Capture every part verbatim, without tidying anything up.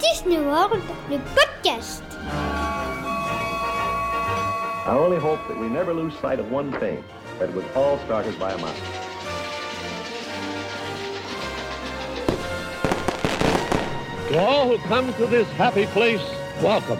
Disney World, le podcast. I only hope that we never lose sight of one thing, that it was all started by a mouse. To all who come to this happy place, welcome.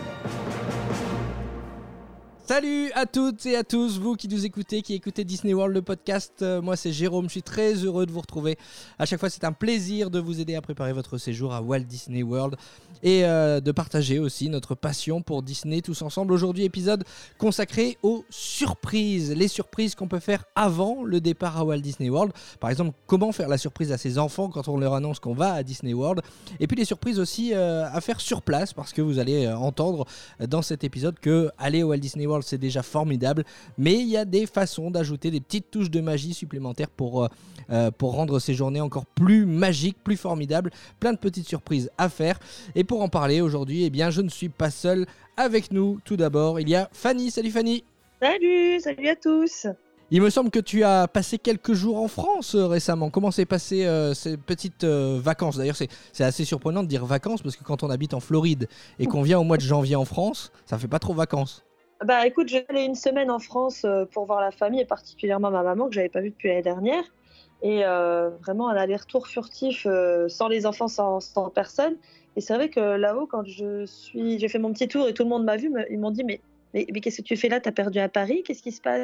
Salut à toutes et à tous, vous qui nous écoutez, qui écoutez Disney World, le podcast. Euh, moi c'est Jérôme, je suis très heureux de vous retrouver. À chaque fois c'est un plaisir de vous aider à préparer votre séjour à Walt Disney World et euh, de partager aussi notre passion pour Disney tous ensemble. Aujourd'hui épisode consacré aux surprises, les surprises qu'on peut faire avant le départ à Walt Disney World. Par exemple, comment faire la surprise à ses enfants quand on leur annonce qu'on va à Disney World. Et puis les surprises aussi euh, à faire sur place, parce que vous allez euh, entendre dans cet épisode que aller à Walt Disney World c'est déjà formidable, mais il y a des façons d'ajouter des petites touches de magie supplémentaires pour, euh, pour rendre ces journées encore plus magiques, plus formidables. Plein de petites surprises à faire. Et pour en parler aujourd'hui, eh bien, je ne suis pas seul. Avec nous, tout d'abord, il y a Fanny. Salut Fanny. Salut, salut à tous. Il me semble que tu as passé quelques jours en France euh, récemment. Comment s'est passé euh, ces petites euh, vacances ? D'ailleurs, c'est, c'est assez surprenant de dire vacances, parce que quand on habite en Floride et qu'on vient au mois de janvier en France, ça fait pas trop vacances. Bah écoute, j'ai allé une semaine en France euh, pour voir la famille, et particulièrement ma maman que j'avais pas vue depuis l'année dernière. Et euh, vraiment un aller-retour furtif, euh, sans les enfants, sans, sans personne. Et c'est vrai que là-haut, quand je suis, j'ai fait mon petit tour et tout le monde m'a vu, ils m'ont dit mais, mais, mais qu'est-ce que tu fais là ? T'as perdu à Paris ? Qu'est-ce qui se passe ?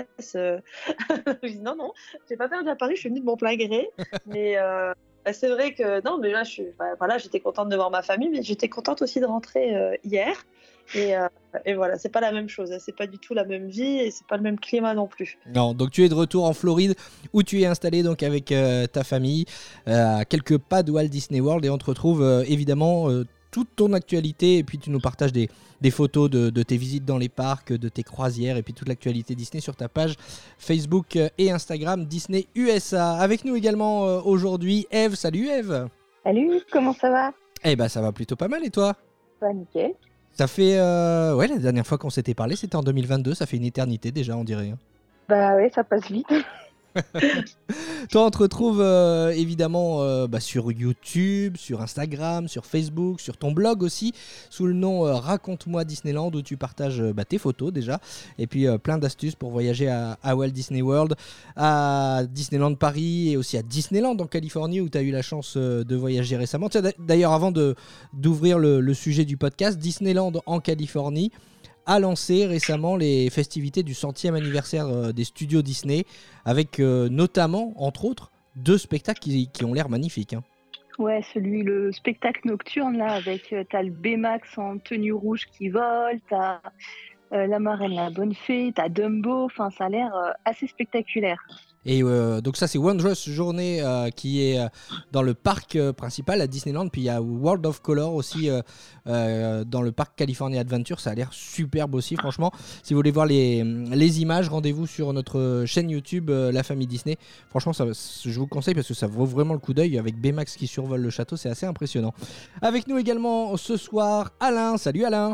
Je dis non, non, j'ai pas perdu à Paris, je suis venue de mon plein gré. Mais euh, c'est vrai que non, mais là, je suis, bah, voilà, j'étais contente de voir ma famille, mais j'étais contente aussi de rentrer euh, hier. Et, euh, et voilà, c'est pas la même chose, c'est pas du tout la même vie et c'est pas le même climat non plus. Non, donc tu es de retour en Floride où tu es installé donc avec euh, ta famille euh, à quelques pas de Walt Disney World, et on te retrouve euh, évidemment euh, toute ton actualité, et puis tu nous partages des, des photos de, de tes visites dans les parcs, de tes croisières, et puis toute l'actualité Disney sur ta page Facebook et Instagram Disney U S A. Avec nous également euh, aujourd'hui Eve. Salut Eve. Salut, comment ça va ? Eh ben ça va plutôt pas mal, et toi ? Bah nickel. Ça fait... Euh... Ouais, la dernière fois qu'on s'était parlé, c'était en deux mille vingt-deux, ça fait une éternité déjà, on dirait. Bah ouais, ça passe vite. Toi, on te retrouve euh, évidemment euh, bah, sur YouTube, sur Instagram, sur Facebook, sur ton blog aussi, sous le nom euh, Raconte-moi Disneyland, où tu partages euh, bah, tes photos déjà, et puis euh, plein d'astuces pour voyager à, à Walt Disney World, à Disneyland Paris, et aussi à Disneyland en Californie, où tu as eu la chance euh, de voyager récemment. Tiens, d'ailleurs, avant de, d'ouvrir le, le sujet du podcast, Disneyland en Californie a lancé récemment les festivités du centième anniversaire euh, des studios Disney, avec euh, notamment, entre autres, deux spectacles qui, qui ont l'air magnifiques. Hein. Ouais, celui, le spectacle nocturne, là, avec, euh, t'as le Baymax en tenue rouge qui vole, t'as euh, la marraine, la bonne fée, t'as Dumbo, enfin, ça a l'air euh, assez spectaculaire. Et euh, donc ça, c'est Wondrous Journey euh, qui est euh, dans le parc euh, principal à Disneyland, puis il y a World of Color aussi euh, euh, dans le parc California Adventure. Ça a l'air superbe aussi, franchement. Si vous voulez voir les, les images, rendez-vous sur notre chaîne YouTube euh, La Famille Disney. Franchement, ça, je vous conseille parce que ça vaut vraiment le coup d'œil, avec Baymax qui survole le château, c'est assez impressionnant. Avec nous également ce soir, Alain. Salut Alain.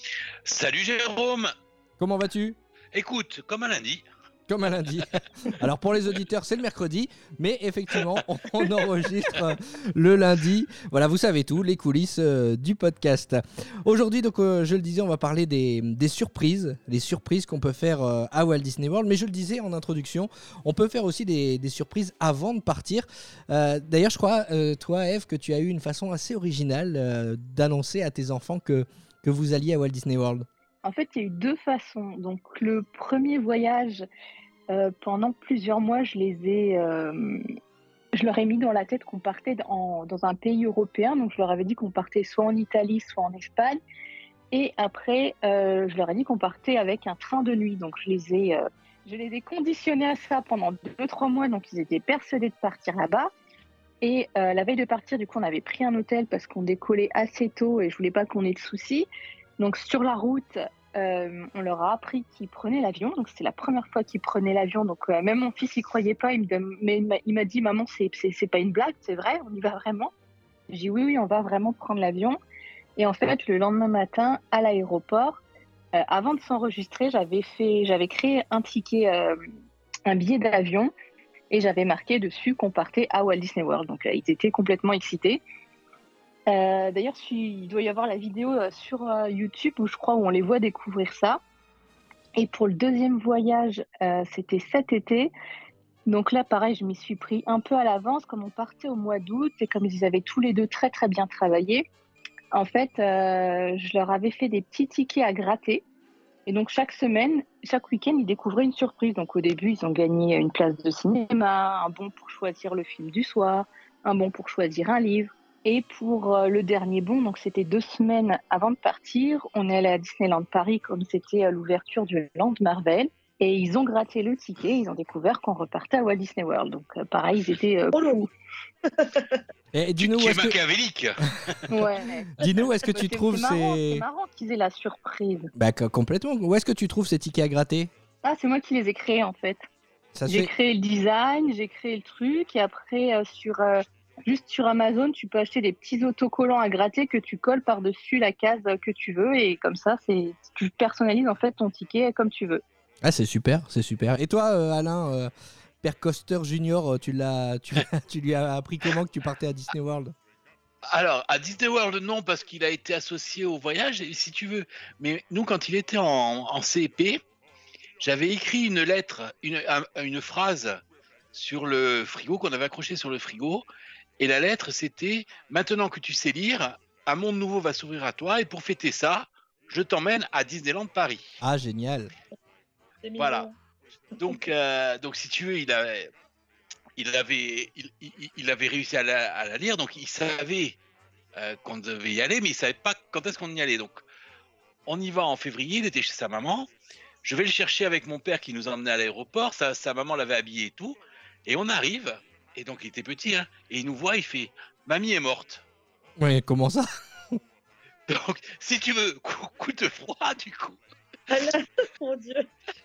Salut Jérôme. Comment vas-tu ? Écoute, comme un lundi. Comme un lundi. Alors pour les auditeurs, c'est le mercredi, mais effectivement, on, on enregistre le lundi. Voilà, vous savez tout, les coulisses euh, du podcast. Aujourd'hui, donc, euh, je le disais, on va parler des, des surprises, les surprises qu'on peut faire euh, à Walt Disney World. Mais je le disais en introduction, on peut faire aussi des, des surprises avant de partir. Euh, d'ailleurs, je crois, euh, toi, Eve, que tu as eu une façon assez originale euh, d'annoncer à tes enfants que, que vous alliez à Walt Disney World. En fait, il y a eu deux façons. Donc, le premier voyage, euh, pendant plusieurs mois, je les ai, euh, je leur ai mis dans la tête qu'on partait en, dans un pays européen. Donc, je leur avais dit qu'on partait soit en Italie, soit en Espagne. Et après, euh, je leur ai dit qu'on partait avec un train de nuit. Donc, je les ai, euh, je les ai conditionnés à ça pendant deux, trois mois. Donc, ils étaient persuadés de partir là-bas. Et euh, la veille de partir, du coup, on avait pris un hôtel parce qu'on décollait assez tôt et je voulais pas qu'on ait de soucis. Donc sur la route, euh, on leur a appris qu'ils prenaient l'avion. Donc c'était la première fois qu'ils prenaient l'avion. Donc euh, même mon fils, il croyait pas. Il, me donne, mais il, m'a, il m'a dit, maman, c'est, c'est, c'est pas une blague, c'est vrai, on y va vraiment. J'ai dit oui, oui, on va vraiment prendre l'avion. Et en fait, le lendemain matin, à l'aéroport, euh, avant de s'enregistrer, j'avais fait, j'avais créé un ticket, euh, un billet d'avion, et j'avais marqué dessus qu'on partait à Walt Disney World. Donc euh, ils étaient complètement excités. Euh, d'ailleurs, il doit y avoir la vidéo euh, sur euh, YouTube où je crois où on les voit découvrir ça. Et pour le deuxième voyage, euh, c'était cet été. Donc là, pareil, je m'y suis pris un peu à l'avance, comme on partait au mois d'août et comme ils avaient tous les deux très très bien travaillé. En fait, euh, je leur avais fait des petits tickets à gratter. Et donc chaque semaine, chaque week-end, ils découvraient une surprise. Donc au début, ils ont gagné une place de cinéma, un bon pour choisir le film du soir, un bon pour choisir un livre. Et pour euh, le dernier bon, donc c'était deux semaines avant de partir, on est allé à Disneyland Paris comme c'était euh, l'ouverture du Land Marvel. Et ils ont gratté le ticket, ils ont découvert qu'on repartait à Walt Disney World. Donc euh, pareil, ils étaient euh, fous. Et dis-nous, Qui où est est-ce que... machiavélique. Ouais. dis-nous, est-ce que Bah, tu c'est- trouves c'est marrant, ces... c'est marrant qu'ils aient la surprise. Bah, co- complètement. Où est-ce que tu trouves ces tickets à gratter? Ah, c'est moi qui les ai créés en fait. Ça se J'ai fait... créé le design, j'ai créé le truc, et après, euh, sur, euh, juste sur Amazon, tu peux acheter des petits autocollants à gratter que tu colles par-dessus la case euh, que tu veux, et comme ça, c'est, tu personnalises en fait ton ticket comme tu veux. Ah, c'est super, c'est super. Et toi, euh, Alain, euh, Père Coster Junior, euh, tu, l'as, tu, tu lui as appris comment que tu partais à Disney World? Alors, à Disney World, non, parce qu'il a été associé au voyage, et si tu veux. Mais nous, quand il était en, en C E P, j'avais écrit une lettre, une, un- une phrase sur le frigo, qu'on avait accroché sur le frigo. Et la lettre, c'était « Maintenant que tu sais lire, un monde nouveau va s'ouvrir à toi. Et pour fêter ça, je t'emmène à Disneyland Paris. Ah, génial. » C'est mignon. Voilà. Donc, euh, donc, si tu veux, il avait, il avait, il, il- il avait réussi à la, à la lire, donc il savait euh, qu'on devait y aller, mais il savait pas quand est-ce qu'on y allait. Donc, on y va en février, il était chez sa maman. Je vais le chercher avec mon père qui nous emmenait à l'aéroport. Sa, sa maman l'avait habillé et tout. Et on arrive, et donc il était petit, hein, et il nous voit, il fait « Mamie est morte Ouais, comment ça? ». Donc, si tu veux, coup, coup de froid, du coup. Ah là, mon Dieu.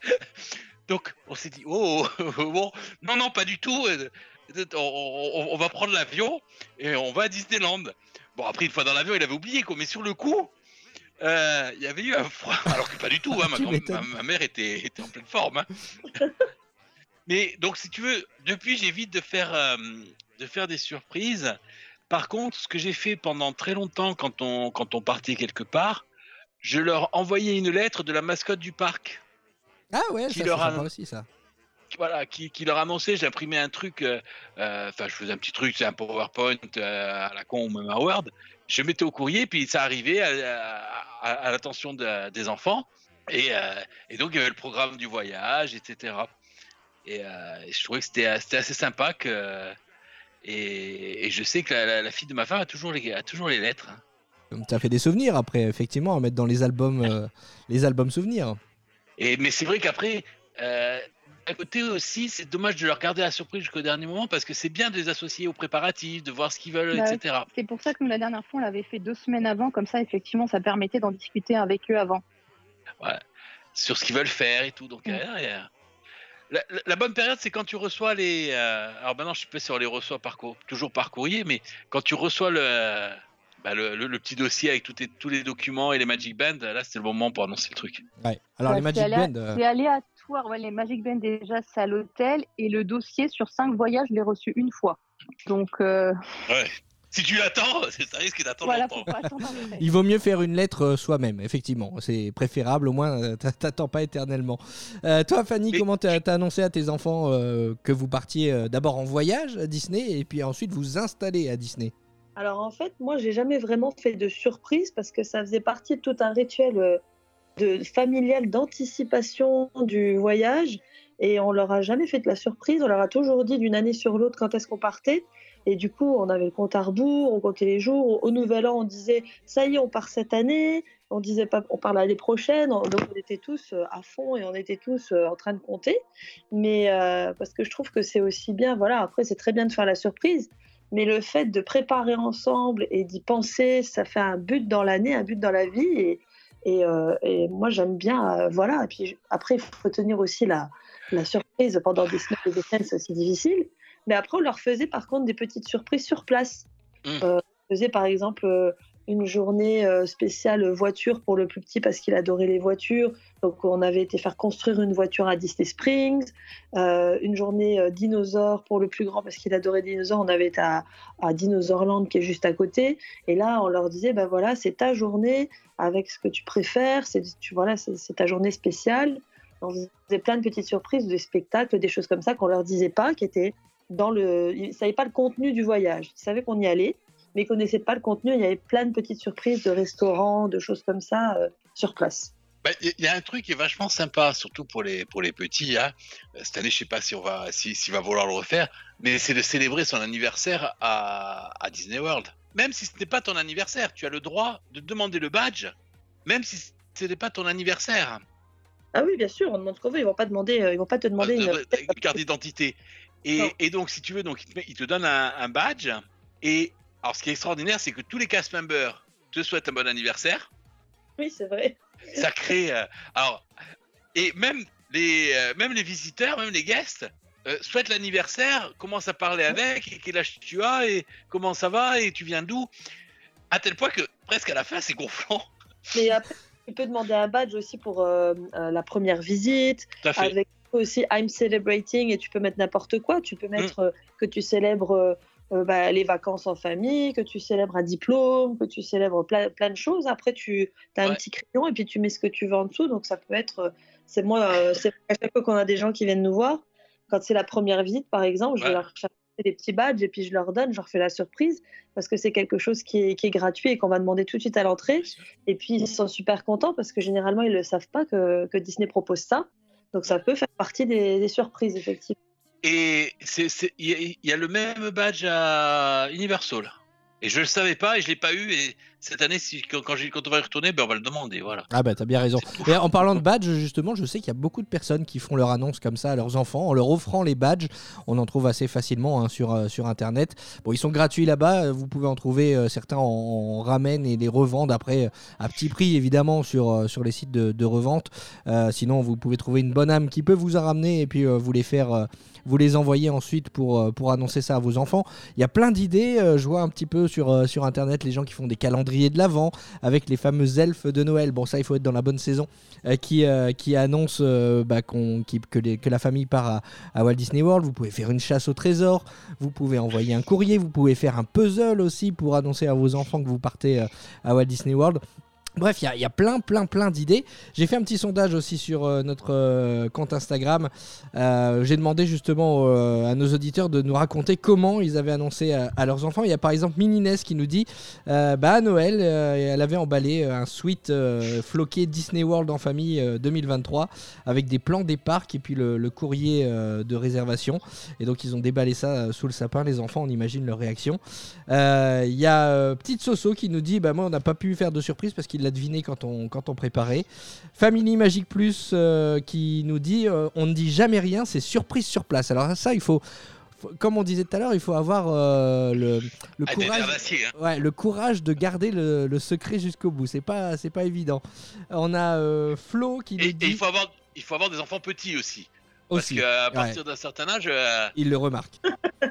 Donc, on s'est dit, oh, bon, non, non, pas du tout. euh, On, on- on va prendre l'avion et on va à Disneyland. Bon, après, une fois dans l'avion, il avait oublié, quoi. Mais sur le coup, euh, il y avait eu un froid. Alors que pas du tout, hein, ma, Tu grand- m'étonnes. ma- ma mère était, était en pleine forme. hein. Mais donc, si tu veux, depuis, j'évite de faire, euh, de faire des surprises. Par contre, ce que j'ai fait pendant très longtemps, quand on, quand on partait quelque part, je leur envoyais une lettre de la mascotte du parc. Ah ouais, Qui ça, leur c'est a- sympa aussi, ça. Voilà, qui, qui leur annonçait, j'imprimais un truc, euh, euh, enfin je faisais un petit truc, c'est un PowerPoint euh, à la con ou même à Word, je mettais au courrier, puis ça arrivait à, à- à l'attention de- des enfants, et, euh, et donc il y avait le programme du voyage, et cetera. Et, euh, et je trouvais que c'était, c'était assez sympa, que, et, et je sais que la, la- la fille de ma femme a toujours les, a toujours les lettres. hein. Comme t'as fait des souvenirs après, effectivement, à mettre dans les albums, euh, les albums souvenirs. Et, mais c'est vrai qu'après, euh, à côté aussi, c'est dommage de leur garder la surprise jusqu'au dernier moment parce que c'est bien de les associer aux préparatifs, de voir ce qu'ils veulent, Bah, et cetera. C'est pour ça que nous, la dernière fois, on l'avait fait deux semaines avant, comme ça, effectivement, ça permettait d'en discuter avec eux avant. Voilà. Sur ce qu'ils veulent faire et tout. Donc, Mm. euh, euh, la, la- la bonne période, c'est quand tu reçois les. euh, alors maintenant, je sais pas si on les reçoit par cour- toujours par courrier, mais quand tu reçois le, bah, le, le- le petit dossier avec tous tes- tous les documents et les Magic Bands, là, c'est le moment pour annoncer le truc. Ouais. Alors, Ouais, les Magic c'est alé- Band. euh, C'est aléatoire, ouais, les Magic Band, déjà, c'est à l'hôtel, et le dossier, sur cinq voyages, je l'ai reçu une fois. Donc, euh, Ouais. Si tu l'attends, ça risque d'attendre voilà, longtemps. faut pas attendre après. Il vaut mieux faire une lettre euh, soi-même, effectivement. C'est préférable, au moins, euh, t'a- t'attends pas éternellement. Euh, toi, Fanny, Mais- comment t'as t'as annoncé à tes enfants euh, que vous partiez euh, d'abord en voyage à Disney et puis ensuite vous installer à Disney? Alors en fait, moi, j'ai jamais vraiment fait de surprise parce que ça faisait partie de tout un rituel euh, de, familial d'anticipation du voyage et on leur a jamais fait de la surprise. On leur a toujours dit d'une année sur l'autre quand est-ce qu'on partait. Et du coup, on avait le compte à rebours, on comptait les jours. Au Nouvel An, on disait ça y est, on part cette année. On disait pas, on part l'année prochaine. Donc on était tous euh, à fond et on était tous euh, en train de compter. Mais euh, parce que je trouve que c'est aussi bien. Voilà, après c'est très bien de faire la surprise. Mais le fait de préparer ensemble et d'y penser, ça fait un but dans l'année, un but dans la vie. Et, et, euh, et moi, j'aime bien. Euh, voilà. Et puis je- après, il faut tenir aussi la, la surprise pendant des semaines et des semaines, c'est aussi difficile. Mais après, on leur faisait par contre des petites surprises sur place. Mm. Euh, on faisait par exemple euh, une journée euh, spéciale voiture pour le plus petit parce qu'il adorait les voitures. Donc, on avait été faire construire une voiture à Disney Springs. Euh, une journée euh, dinosaure pour le plus grand parce qu'il adorait les dinosaures. On avait été à, à Dinosaur Land qui est juste à côté. Et là, on leur disait, ben voilà, c'est ta journée avec ce que tu préfères. C'est, tu, voilà, c'est, c'est ta journée spéciale. On faisait plein de petites surprises, des spectacles, des choses comme ça qu'on leur disait pas, qui étaient dans le... Ils ne savaient pas le contenu du voyage. Ils savaient qu'on y allait, mais ils ne connaissaient pas le contenu. Il y avait plein de petites surprises de restaurants, de choses comme ça euh, sur place. Il bah, y a un truc qui est vachement sympa, surtout pour les, pour les petits. Hein. Cette année, je ne sais pas si on va, si, s'il va vouloir le refaire, mais c'est de célébrer son anniversaire à, à Disney World. Même si ce n'est pas ton anniversaire, tu as le droit de demander le badge, même si ce n'est pas ton anniversaire. Ah oui, bien sûr, on demande ce qu'on veut. Ils vont pas demander, euh, ils vont pas te demander une, euh, une carte d'identité. Et, et donc, si tu veux, donc, ils te donnent un, un badge. Et alors, ce qui est extraordinaire, c'est que tous les cast members te souhaitent un bon anniversaire. Oui, c'est vrai. Ça crée. Euh, alors, et même les, euh, même les visiteurs, même les guests, euh, souhaitent l'anniversaire, commencent à parler avec, et quel âge tu as, et comment ça va, et tu viens d'où. À tel point que presque à la fin, c'est gonflant. Mais après, tu peux demander un badge aussi pour euh, euh, la première visite. Tout à fait. Avec aussi I'm celebrating, et tu peux mettre n'importe quoi. Tu peux mettre mmh. euh, que tu célèbres euh, euh, bah, les vacances en famille, que tu célèbres un diplôme, que tu célèbres plein, plein de choses. Après, tu as un ouais. petit crayon et puis tu mets ce que tu veux en dessous. Donc, ça peut être. Euh, c'est moi, euh, c'est à chaque fois qu'on a des gens qui viennent nous voir, quand c'est la première visite, par exemple, je ouais. vais leur chercher des petits badges et puis je leur donne, je leur fais la surprise parce que c'est quelque chose qui est, qui est gratuit et qu'on va demander tout de suite à l'entrée. Et puis, ils sont super contents parce que généralement, ils ne le savent pas que, que Disney propose ça. Donc, ça peut faire partie des, des surprises, effectivement. Et il y, y a le même badge à Universal. Et je ne le savais pas et je ne l'ai pas eu. Et cette année, si, quand, quand, quand on va y retourner, ben on va le demander. Voilà. Ah bah t'as bien raison. Et en parlant de badge, justement, je sais qu'il y a beaucoup de personnes qui font leur annonce comme ça à leurs enfants en leur offrant les badges. On en trouve assez facilement hein, sur, euh, sur Internet. Bon, ils sont gratuits là-bas. Vous pouvez en trouver euh, certains en, en ramènent et les revendent après euh, à petit prix évidemment sur, euh, sur les sites de, de revente. Euh, sinon, vous pouvez trouver une bonne âme qui peut vous en ramener et puis euh, vous les faire... Euh, vous les envoyer ensuite pour, pour annoncer ça à vos enfants. Il y a plein d'idées. Euh, je vois un petit peu sur, euh, sur Internet les gens qui font des calendriers de l'Avent avec les fameux elfes de Noël. Bon, ça, il faut être dans la bonne saison. Euh, qui, euh, qui annoncent euh, bah, qu'on, qui, que, les, que la famille part à, à Walt Disney World. Vous pouvez faire une chasse au trésor. Vous pouvez envoyer un courrier. Vous pouvez faire un puzzle aussi pour annoncer à vos enfants que vous partez euh, à Walt Disney World. Bref, il y, y a plein, plein, plein d'idées. J'ai fait un petit sondage aussi sur euh, notre euh, compte Instagram. Euh, j'ai demandé justement euh, à nos auditeurs de nous raconter comment ils avaient annoncé à, à leurs enfants. Il y a par exemple Mininès qui nous dit euh, bah, à Noël, euh, elle avait emballé un suite euh, floqué Disney World en famille euh, deux mille vingt-trois avec des plans des parcs et puis le, le courrier euh, de réservation. Et donc, ils ont déballé ça euh, sous le sapin. Les enfants, on imagine leur réaction. Il euh, y a euh, Petite Soso qui nous dit bah, moi, on n'a pas pu faire de surprise parce qu'il l'a deviné quand on, quand on préparait. Family Magic Plus euh, qui nous dit euh, on ne dit jamais rien, c'est surprise sur place. Alors ça, il faut, faut comme on disait tout à l'heure, il faut avoir euh, le, le, ah, courage, hein. ouais, le courage de garder le, le secret jusqu'au bout. C'est pas, c'est pas évident. On a euh, Flo qui nous et, dit... Et il faut avoir, il faut avoir des enfants petits aussi. Parce aussi. qu'à partir ouais. d'un certain âge... Euh... Il le remarque.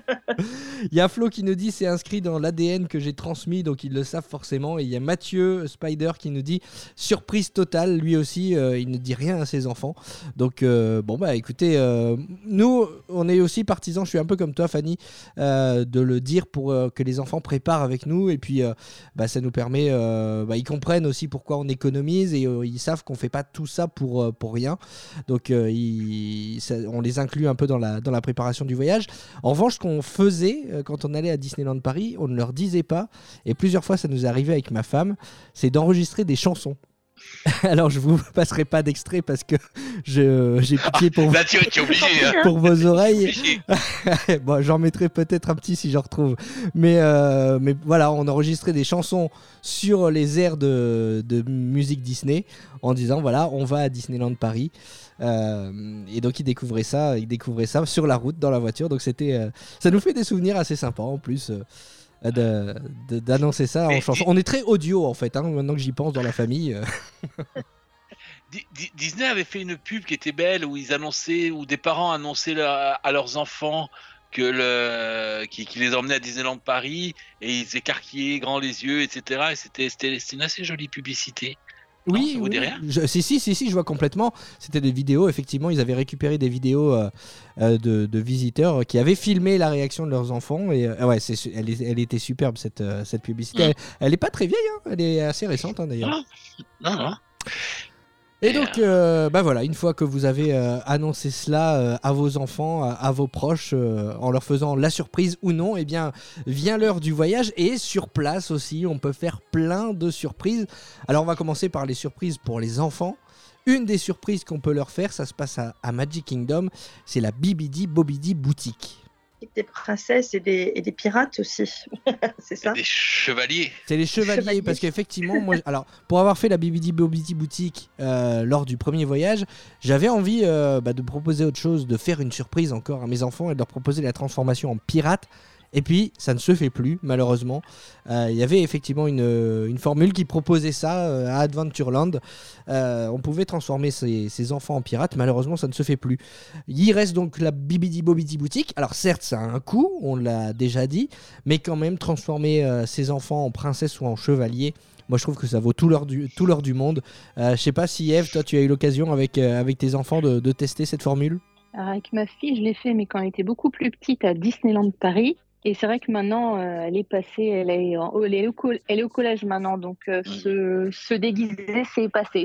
Il y a Flo qui nous dit c'est inscrit dans l'A D N que j'ai transmis, donc ils le savent forcément. Et il y a Mathieu Spider qui nous dit surprise totale, lui aussi, euh, il ne dit rien à ses enfants. Donc euh, bon bah écoutez, euh, nous on est aussi partisans, je suis un peu comme toi Fanny, euh, de le dire pour euh, que les enfants préparent avec nous. Et puis euh, bah, ça nous permet, euh, bah, ils comprennent aussi pourquoi on économise et euh, ils savent qu'on fait pas tout ça pour, euh, pour rien. Donc euh, ils, ça, on les inclut un peu dans la, dans la préparation du voyage. En revanche, ce qu'on faisait euh, quand on allait à Disneyland Paris, on ne leur disait pas, et plusieurs fois ça nous est arrivé avec ma femme, c'est d'enregistrer des chansons. Alors je vous passerai pas d'extrait parce que je, j'ai pitié pour, Là, tu es obligé, hein. pour vos oreilles. Bon, j'en mettrai peut-être un petit si j'en retrouve. Mais, euh, mais voilà, on enregistrait des chansons sur les airs de, de musique Disney en disant voilà, on va à Disneyland Paris. Euh, et donc ils découvraient ça, ils découvraient ça sur la route, dans la voiture. Donc c'était, euh, ça nous fait des souvenirs assez sympas en plus. Euh, De, de, d'annoncer ça en chanson. On est très audio en fait, hein, maintenant que j'y pense dans la famille. Disney avait fait une pub qui était belle où ils annonçaient, où des parents annonçaient leur, à leurs enfants que le, qui, qui les emmenait à Disneyland Paris et ils écarquillaient grand les yeux, et cetera. Et c'était, c'était, c'était une assez jolie publicité. Oui, non, ça vous oui, dit rien je, si, si, si, si, je vois complètement. C'était des vidéos, effectivement, ils avaient récupéré des vidéos euh, euh, de, de visiteurs qui avaient filmé la réaction de leurs enfants. Et euh, ouais, c'est, elle, est- elle était superbe cette, euh, cette publicité. Mm. Elle, elle est pas très vieille, hein, elle est assez récente hein, d'ailleurs. Non, non, non. Et Et, donc, euh, bah voilà, une fois que vous avez euh, annoncé cela euh, à vos enfants, à, à vos proches, euh, en leur faisant la surprise ou non, eh bien, vient l'heure du voyage. Et sur place aussi, on peut faire plein de surprises. Alors, on va commencer par les surprises pour les enfants. Une des surprises qu'on peut leur faire, ça se passe à, à Magic Kingdom, c'est la Bibidi Bobidi boutique. Des princesses et des, et des pirates aussi. C'est ça? Des chevaliers. C'est les chevaliers, Chevaliers. parce qu'effectivement, moi, alors pour avoir fait la Bibidi Bobidi boutique euh, lors du premier voyage, j'avais envie euh, bah, de proposer autre chose, de faire une surprise encore à mes enfants et de leur proposer la transformation en pirate. Et puis, ça ne se fait plus, malheureusement. Euh, Il y avait effectivement une, euh, une formule qui proposait ça euh, à Adventureland. Euh, on pouvait transformer ses, ses enfants en pirates. Malheureusement, ça ne se fait plus. Il reste donc la Bibidi Bobidi boutique. Alors, certes, ça a un coût, on l'a déjà dit. Mais quand même, transformer euh, ses enfants en princesse ou en chevalier, moi, je trouve que ça vaut tout l'or du, tout l'or du monde. Euh, je sais pas si, Eve, toi, tu as eu l'occasion avec, euh, avec tes enfants de, de tester cette formule. Alors, avec ma fille, je l'ai fait, mais quand elle était beaucoup plus petite à Disneyland Paris. Et c'est vrai que maintenant, euh, elle est passée, elle est, en- elle est, au, col- elle est au collège maintenant, donc euh, se, se déguiser, c'est passé.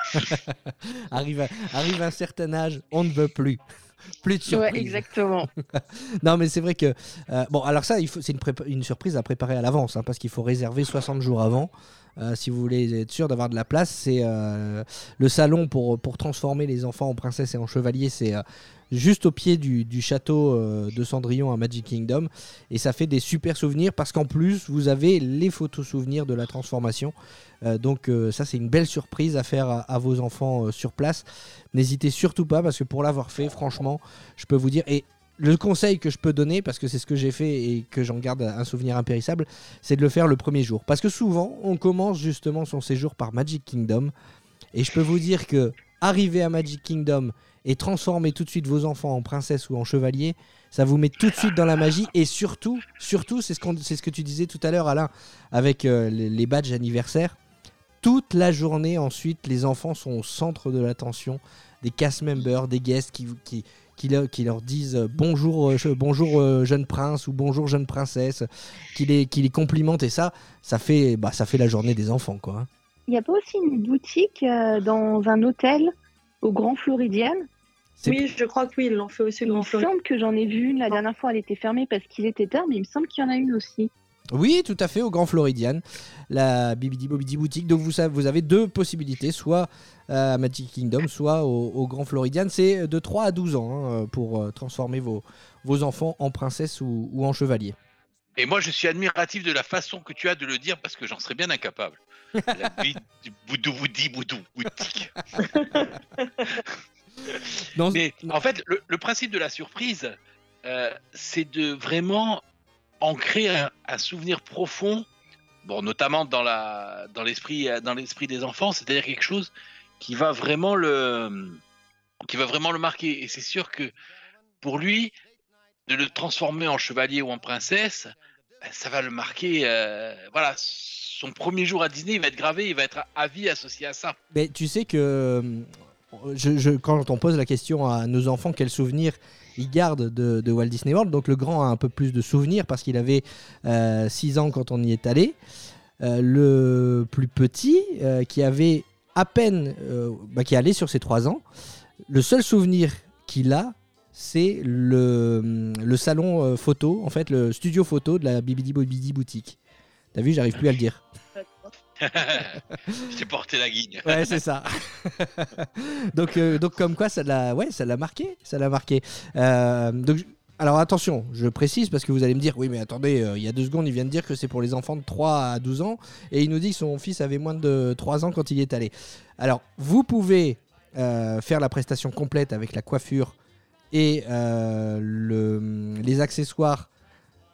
arrive, à, arrive à un certain âge, on ne veut plus. Plus de surprise. Ouais, exactement. Non, mais c'est vrai que. euh, bon, alors ça, il faut, c'est une, prépa- une surprise à préparer à l'avance, hein, parce qu'il faut réserver soixante jours avant. Euh, si vous voulez être sûr d'avoir de la place, c'est euh, le salon pour, pour transformer les enfants en princesse et en chevalier. C'est euh, juste au pied du, du château euh, de Cendrillon à Magic Kingdom. Et ça fait des super souvenirs parce qu'en plus, vous avez les photos souvenirs de la transformation. Euh, donc, euh, ça, c'est une belle surprise à faire à, à vos enfants euh, sur place. N'hésitez surtout pas parce que pour l'avoir fait, franchement, je peux vous dire. Et le conseil que je peux donner, parce que c'est ce que j'ai fait et que j'en garde un souvenir impérissable, c'est de le faire le premier jour. Parce que souvent, on commence justement son séjour par Magic Kingdom. Et je peux vous dire que arriver à Magic Kingdom et transformer tout de suite vos enfants en princesse ou en chevalier, ça vous met tout de suite dans la magie. Et surtout, surtout c'est ce, qu'on, c'est ce que tu disais tout à l'heure, Alain, avec euh, les, les badges anniversaires. Toute la journée, ensuite, les enfants sont au centre de l'attention des cast members, des guests qui, qui, qui, leur, qui leur disent euh, bonjour, euh, je- bonjour euh, jeune prince ou bonjour jeune princesse, qui les, qui les complimentent. Et ça, ça fait, bah, ça fait la journée des enfants, quoi. hein. Il n'y a pas aussi une boutique euh, dans un hôtel au Grand Floridian? C'est- Oui, je crois que oui, ils l'ont fait aussi, Il le me Grand Floridian. semble que j'en ai vu une. La dernière fois, elle était fermée parce qu'il était tard, mais il me semble qu'il y en a une aussi. Oui, tout à fait, au Grand Floridian, la Bibidi Bobidi boutique. Donc vous, savez, vous avez deux possibilités, soit à Magic Kingdom, soit au, au Grand Floridian. C'est de trois à douze ans hein, pour euh, transformer vos, vos enfants en princesse ou, ou en chevalier. Et moi, je suis admiratif de la façon que tu as de le dire parce que j'en serais bien incapable. La bite du boudou boudi boudou boutique. Non, Mais en fait, le, le principe de la surprise, euh, c'est de vraiment ancrer un, un souvenir profond, bon, notamment dans la, dans l'esprit, dans l'esprit des enfants, c'est-à-dire quelque chose qui va vraiment le, qui va vraiment le marquer. Et c'est sûr que pour lui, de le transformer en chevalier ou en princesse, ben, ça va le marquer. euh, voilà, son premier jour à Disney, il va être gravé, il va être à vie associé à ça. mais tu sais que euh, je, je- quand on pose la question à nos enfants, quels souvenirs ils gardent de, de Walt Disney World, donc le grand a un peu plus de souvenirs parce qu'il avait six ans quand on y est allé. Euh, le plus petit, euh, qui avait à peine, euh, bah, qui allait sur ses trois ans, le seul souvenir qu'il a, c'est le, le salon euh, photo, en fait, le studio photo de la Bibidi Bobidi boutique. T'as vu, j'arrive plus à le dire. Je t'ai porté la guigne. Ouais, c'est ça. donc, euh, donc comme quoi, ça l'a, ouais, ça l'a marqué, ça l'a marqué. Euh, donc, je- alors attention, je précise parce que vous allez me dire, oui, mais attendez, euh, il y a deux secondes, il vient de dire que c'est pour les enfants de trois à douze ans et il nous dit que son fils avait moins de trois ans quand il y est allé. Alors, vous pouvez euh, faire la prestation complète avec la coiffure et euh, le, les accessoires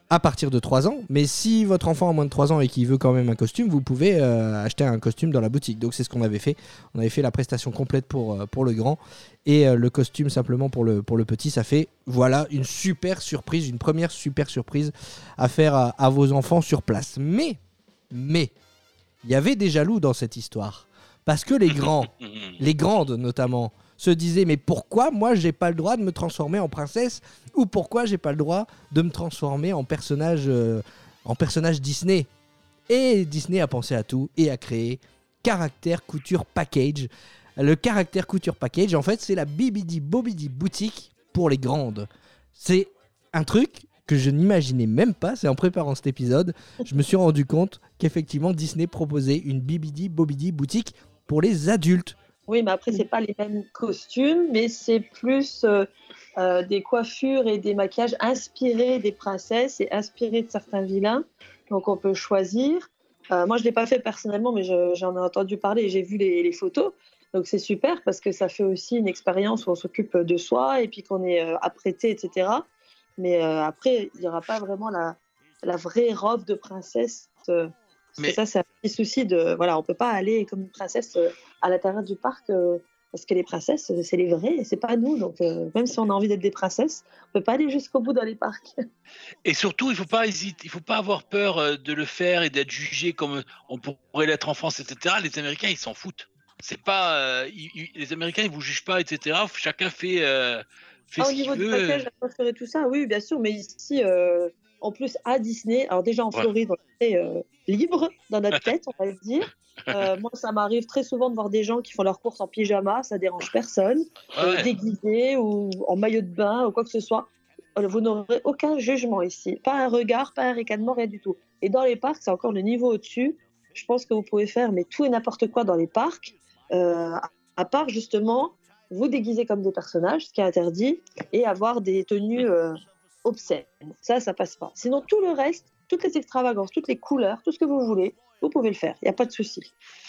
à partir de trois ans, mais si votre enfant a moins de trois ans et qu'il veut quand même un costume, vous pouvez euh, acheter un costume dans la boutique. Donc c'est ce qu'on avait fait. On avait fait la prestation complète pour, euh, pour le grand et euh, le costume simplement pour le, pour le petit. Ça fait voilà une super surprise, une première super surprise à faire à, à vos enfants sur place. Mais, mais, il y avait des jaloux dans cette histoire. Parce que les grands, les grandes notamment, se disaient mais pourquoi moi j'ai pas le droit de me transformer en princesse ou pourquoi j'ai pas le droit de me transformer en personnage euh, en personnage Disney. Et Disney a pensé à tout et a créé Caractère Couture Package. Le Caractère Couture Package, en fait, c'est la Bibidi Bobidi boutique pour les grandes. C'est un truc que je n'imaginais même pas, c'est en préparant cet épisode, je me suis rendu compte qu'effectivement Disney proposait une Bibidi Bobidi boutique pour les adultes. Oui, mais après, c'est pas les mêmes costumes, mais c'est plus euh, euh, des coiffures et des maquillages inspirés des princesses et inspirés de certains vilains. Donc, on peut choisir. Euh, moi, je l'ai pas fait personnellement, mais je, j'en ai entendu parler et j'ai vu les, les photos. Donc, c'est super parce que ça fait aussi une expérience où on s'occupe de soi et puis qu'on est euh, apprêté, et cetera. Mais euh, après, il n'y aura pas vraiment la, la vraie robe de princesse. Euh, Mais... ça, c'est un petit souci de... Voilà, on ne peut pas aller comme une princesse euh, à l'intérieur du parc euh, parce que les princesses, euh, c'est les vraies, c'est pas nous. Donc, euh, même si on a envie d'être des princesses, on ne peut pas aller jusqu'au bout dans les parcs. Et surtout, il ne faut pas hésiter, il faut pas avoir peur euh, de le faire et d'être jugé comme on pourrait l'être en France, et cetera. Les Américains, ils s'en foutent. C'est pas... Euh, ils, ils, les Américains, ils ne vous jugent pas, et cetera. Chacun fait, euh, fait ah, ce au niveau qu'il du veut. package, la coiffure et tout ça, oui, bien sûr. Mais ici... Euh... En plus, à Disney, alors déjà en Floride, ouais. on est euh, libre dans notre tête, on va le dire. Euh, moi, ça m'arrive très souvent de voir des gens qui font leurs courses en pyjama, ça dérange personne, ouais. euh, déguisés ou en maillot de bain ou quoi que ce soit. Vous n'aurez aucun jugement ici, pas un regard, pas un ricanement, rien du tout. Et dans les parcs, c'est encore le niveau au-dessus. Je pense que vous pouvez faire mais tout et n'importe quoi dans les parcs, euh, à part justement vous déguiser comme des personnages, ce qui est interdit, et avoir des tenues... Euh, obscène. Ça, ça passe pas. Sinon, tout le reste, toutes les extravagances, toutes les couleurs, tout ce que vous voulez, vous pouvez le faire. Il n'y a pas de souci.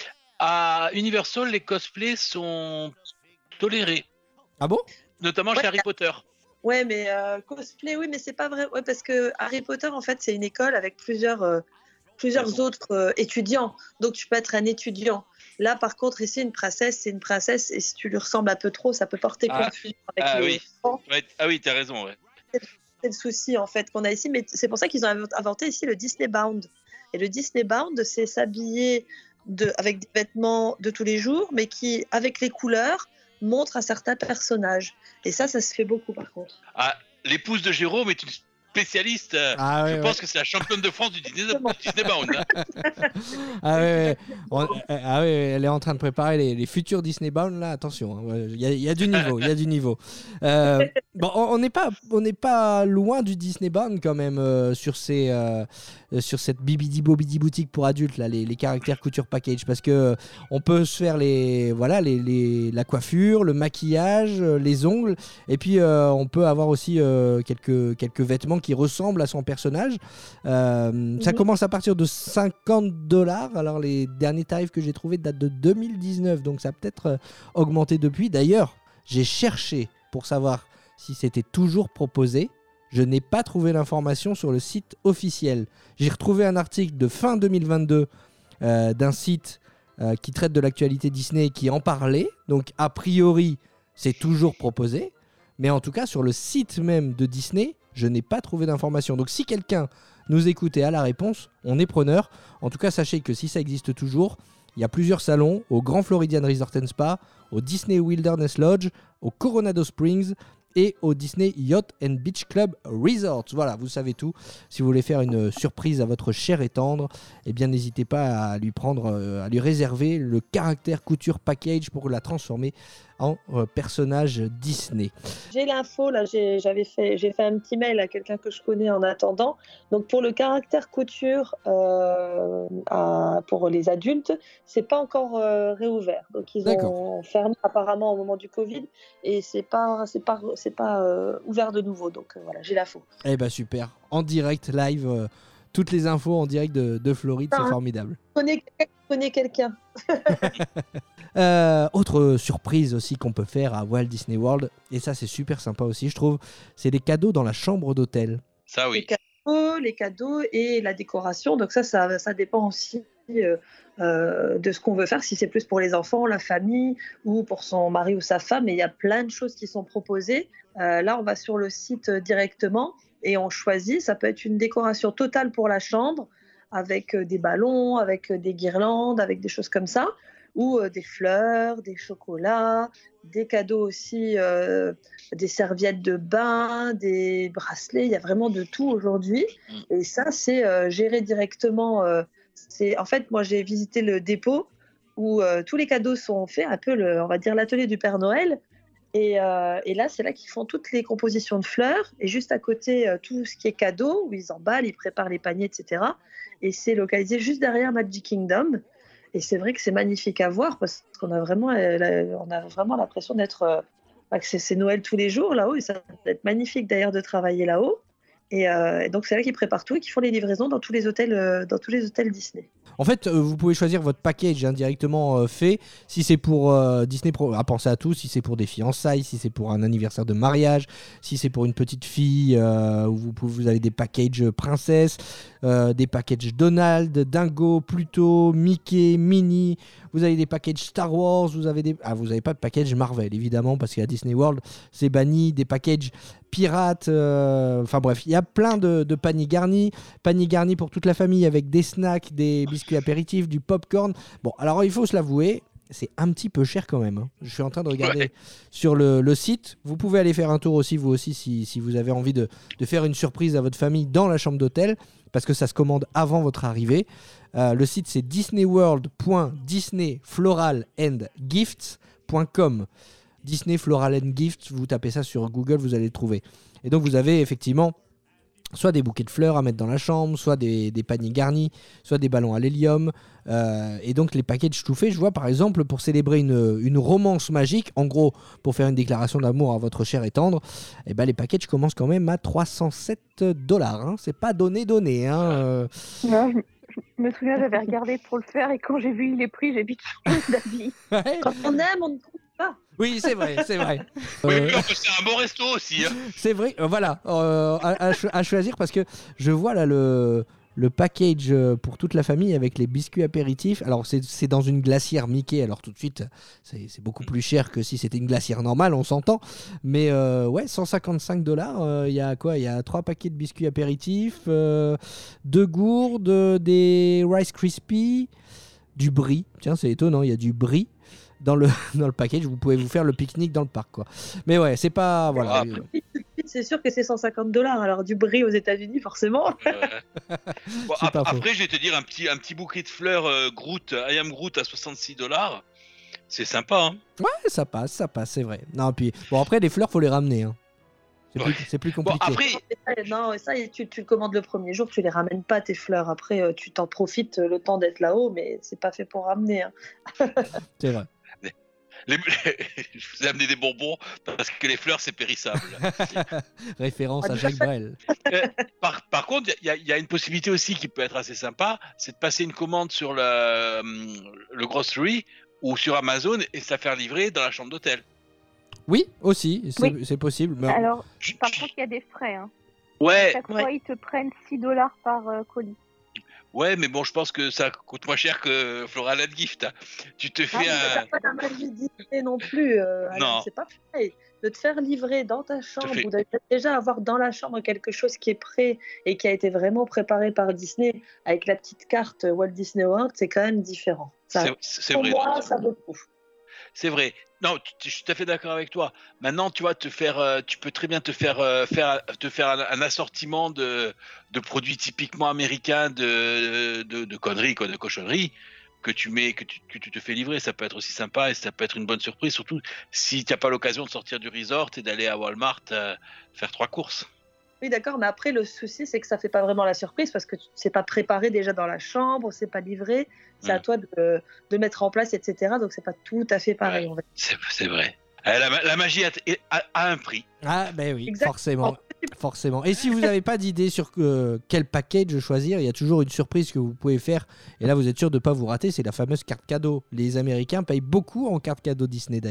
À Universal, les cosplays sont tolérés. Ah bon ? Notamment ouais, chez Harry Potter. Ouais, mais euh, cosplay, oui, mais c'est pas vrai. Ouais, parce que Harry Potter, en fait, c'est une école avec plusieurs, euh, plusieurs bon. autres euh, étudiants. Donc, tu peux être un étudiant. Là, par contre, ici, une princesse, c'est une princesse. Et si tu lui ressembles un peu trop, ça peut porter ah. confusion avec ah, les oui. ouais. Ah oui, t'as raison, ouais. C'est le souci en fait qu'on a ici, mais c'est pour ça qu'ils ont inventé ici le Disney Bound. Et le Disney Bound, c'est s'habiller de, avec des vêtements de tous les jours, mais qui, avec les couleurs, montrent un certain personnage. Et ça, ça se fait beaucoup par contre. Ah, l'épouse de Jérôme est une spécialiste. Ah, ouais, Je ouais. pense que c'est la championne de France du Disney, Disney Bound. Hein. ah, ouais, ouais. On, ah ouais, elle est en train de préparer les, les futurs Disney Bound là. Attention, il hein. y, y a du niveau, il y a du niveau. Euh, bon, on n'est pas, on n'est pas loin du Disney Bound quand même euh, sur ces, euh, sur cette Bibidi Bobidi boutique pour adultes là, les, les caractères couture package, parce que euh, on peut se faire les, voilà, les, les, la coiffure, le maquillage, les ongles, et puis euh, on peut avoir aussi euh, quelques, quelques vêtements qui ressemble à son personnage. Euh, mmh. Ça commence à partir de cinquante dollars. Alors les derniers tarifs que j'ai trouvés datent de deux mille dix-neuf, donc ça a peut-être euh, augmenté depuis. D'ailleurs, j'ai cherché pour savoir si c'était toujours proposé. Je n'ai pas trouvé l'information sur le site officiel. J'ai retrouvé un article de fin deux mille vingt-deux euh, d'un site euh, qui traite de l'actualité Disney qui en parlait. Donc a priori, c'est toujours proposé. Mais en tout cas, sur le site même de Disney, je n'ai pas trouvé d'informations. Donc si quelqu'un nous écoute et a la réponse, on est preneur. En tout cas, sachez que si ça existe toujours, il y a plusieurs salons au Grand Floridian Resort and Spa, au Disney Wilderness Lodge, au Coronado Springs et au Disney Yacht and Beach Club Resort. Voilà, vous savez tout. Si vous voulez faire une surprise à votre cher et tendre, eh bien n'hésitez pas à lui prendre, à lui réserver le caractère couture package pour la transformer en euh, personnage Disney. J'ai l'info, là, j'ai, j'avais fait, j'ai fait un petit mail à quelqu'un que je connais en attendant. Donc pour le caractère couture euh, à, pour les adultes, c'est pas encore euh, réouvert. Donc ils D'accord. ont fermé apparemment au moment du Covid et c'est pas, c'est pas, c'est pas euh, ouvert de nouveau. Donc euh, voilà, j'ai l'info. Eh ben super, en direct, live, euh, toutes les infos en direct de, de Floride, ah, c'est formidable. Je connais, je connais quelqu'un. Euh, autre surprise aussi qu'on peut faire à Walt Disney World, et ça c'est super sympa aussi je trouve, c'est des cadeaux dans la chambre d'hôtel. Ça oui. cadeaux, les cadeaux et la décoration. Donc ça, ça, ça dépend aussi euh, euh, de ce qu'on veut faire, si c'est plus pour les enfants, la famille ou pour son mari ou sa femme. Et il y a plein de choses qui sont proposées. Euh, là, on va sur le site directement et on choisit. Ça peut être une décoration totale pour la chambre avec euh, des ballons, avec euh, des guirlandes, avec des choses comme ça, ou euh, des fleurs, des chocolats, des cadeaux aussi, euh, des serviettes de bain, des bracelets. Il y a vraiment de tout aujourd'hui. Et ça, c'est euh, géré directement. Euh, c'est, en fait, moi, j'ai visité le dépôt où euh, tous les cadeaux sont faits, un peu, le, on va dire, l'atelier du Père Noël. Et, euh, et là, c'est là qu'ils font toutes les compositions de fleurs. Et juste à côté, euh, tout ce qui est cadeau, où ils emballent, ils préparent les paniers, et cetera. Et c'est localisé juste derrière Magic Kingdom. Et c'est vrai que c'est magnifique à voir parce qu'on a vraiment, euh, on a vraiment l'impression d'être, euh, bah, que c'est, c'est Noël tous les jours là-haut. Et ça va être magnifique d'ailleurs de travailler là-haut. Et, euh, et donc c'est là qu'ils préparent tout et qu'ils font les livraisons dans tous les hôtels, euh, dans tous les hôtels Disney. En fait, euh, vous pouvez choisir votre package hein, directement euh, fait. Si c'est pour euh, Disney, Pro, à penser à tout. Si c'est pour des fiançailles, si c'est pour un anniversaire de mariage, si c'est pour une petite fille, euh, où vous, pouvez, vous avez des packages princesse, euh, des packages Donald, Dingo, Pluto, Mickey, Minnie. Vous avez des packages Star Wars. Vous avez des, ah, vous n'avez pas de package Marvel évidemment parce qu'à Disney World c'est banni. Des packages pirates. Euh, enfin bref, il y a plein de, de paniers garnis, paniers garnis pour toute la famille avec des snacks, des biscuits apéritifs, du popcorn. Bon, alors il faut se l'avouer, c'est un petit peu cher quand même. Hein. Je suis en train de regarder ouais. sur le, le site. Vous pouvez aller faire un tour aussi, vous aussi, si, si vous avez envie de, de faire une surprise à votre famille dans la chambre d'hôtel, parce que ça se commande avant votre arrivée. Euh, le site, c'est disney world point disney floral and gifts point com. Disney Floral and Gifts, vous tapez ça sur Google, vous allez le trouver. Et donc vous avez effectivement soit des bouquets de fleurs à mettre dans la chambre, soit des, des paniers garnis, soit des ballons à l'hélium. Euh, et donc les packages tout faits, je vois par exemple pour célébrer une, une romance magique, en gros pour faire une déclaration d'amour à votre cher et tendre, et ben les packages commencent quand même à trois cent sept dollars. Hein. C'est pas donné donné. Hein. Euh... Non, je... Je me souviens, j'avais regardé pour le faire et quand j'ai vu les prix, j'ai vite changé d'avis. Ouais. Quand on aime, on ne trouve pas. Oui, c'est vrai, c'est vrai. Oui, Euh, mais on peut se faire un bon resto aussi. Hein. c'est vrai, euh, voilà, euh, à, à cho- à choisir parce que je vois là le, le package euh, pour toute la famille avec les biscuits apéritifs. Alors c'est, c'est dans une glacière Mickey, alors tout de suite c'est, c'est beaucoup plus cher que si c'était une glacière normale, on s'entend. Mais euh, ouais, cent cinquante-cinq dollars, il y a quoi? Il y a trois paquets de biscuits apéritifs, euh, deux gourdes, des Rice Krispies, du brie. Tiens, c'est étonnant, il y a du brie. Dans le, dans le package, vous pouvez vous faire le pique-nique dans le parc, quoi. Mais ouais, c'est pas. Voilà. Ah, C'est sûr que c'est cent cinquante dollars. Alors, du brie aux États-Unis, forcément. Euh, bon, C'est ap- pas faux. après, je vais te dire un petit, un petit bouquet de fleurs euh, Groot, I am Groot à soixante-six dollars. C'est sympa, hein. Ouais, ça passe, ça passe, c'est vrai. Non, puis bon, après, les fleurs, faut les ramener. Hein. C'est, Ouais. plus, c'est plus Bon, compliqué. après, Non, ça, tu, tu le commandes le premier jour, tu les ramènes pas, tes fleurs. Après, euh, tu t'en profites euh, le temps d'être là-haut, mais c'est pas fait pour ramener. Hein. C'est vrai. les- je vous ai amené des bonbons parce que les fleurs, c'est périssable. Référence à Jacques Brel. Euh, par, par contre, il y, a- il y a une possibilité aussi qui peut être assez sympa, c'est de passer une commande sur le, hum, le grocery ou sur Amazon et se la faire livrer dans la chambre d'hôtel. Oui, aussi, c'est, Oui. c'est possible. Mais Alors, par contre, il y a des frais. Hein. Ouais, Chaque Ouais. fois, ils te prennent six dollars par euh, colis. ouais, mais bon, je pense que ça coûte moins cher que Floral and Gift. Hein. Tu te Ah, fais mais un. t'as pas la magie Disney non plus. euh, Alain, Non. c'est pas pareil. De te faire livrer dans ta chambre fait- ou de déjà avoir dans la chambre quelque chose qui est prêt et qui a été vraiment préparé par Disney avec la petite carte Walt Disney World, c'est quand même différent. Ça, C'est, c'est pour vrai. moi, ça vaut le coup. C'est vrai. Non, tu- je suis tout à fait d'accord avec toi. Maintenant, tu vois, te faire, euh, tu peux très bien te faire, euh, faire, te faire un, un assortiment de, de produits typiquement américains, de, de, de conneries, quoi, de cochonneries que tu mets, que tu, que tu te fais livrer. Ça peut être aussi sympa et ça peut être une bonne surprise, surtout si tu n'as pas l'occasion de sortir du resort et d'aller à Walmart euh, faire trois courses. Oui, d'accord, mais après, le souci, c'est que ça fait pas vraiment la surprise parce que tu- c'est pas préparé déjà dans la chambre, c'est pas livré, c'est à Mm. toi de, de mettre en place, et cetera. Donc, c'est pas tout à fait pareil. Ouais. On va C'est, c'est vrai. Euh, La, ma- la magie a, a- a un prix. Ah, ben oui, Exactement. forcément. Forcément. Et si vous n'avez pas d'idée sur euh, quel package choisir, il y a toujours une surprise que vous pouvez faire. Et là, vous êtes sûr de ne pas vous rater. C'est la fameuse carte cadeau. Les Américains payent beaucoup en carte cadeau Disney d'ailleurs.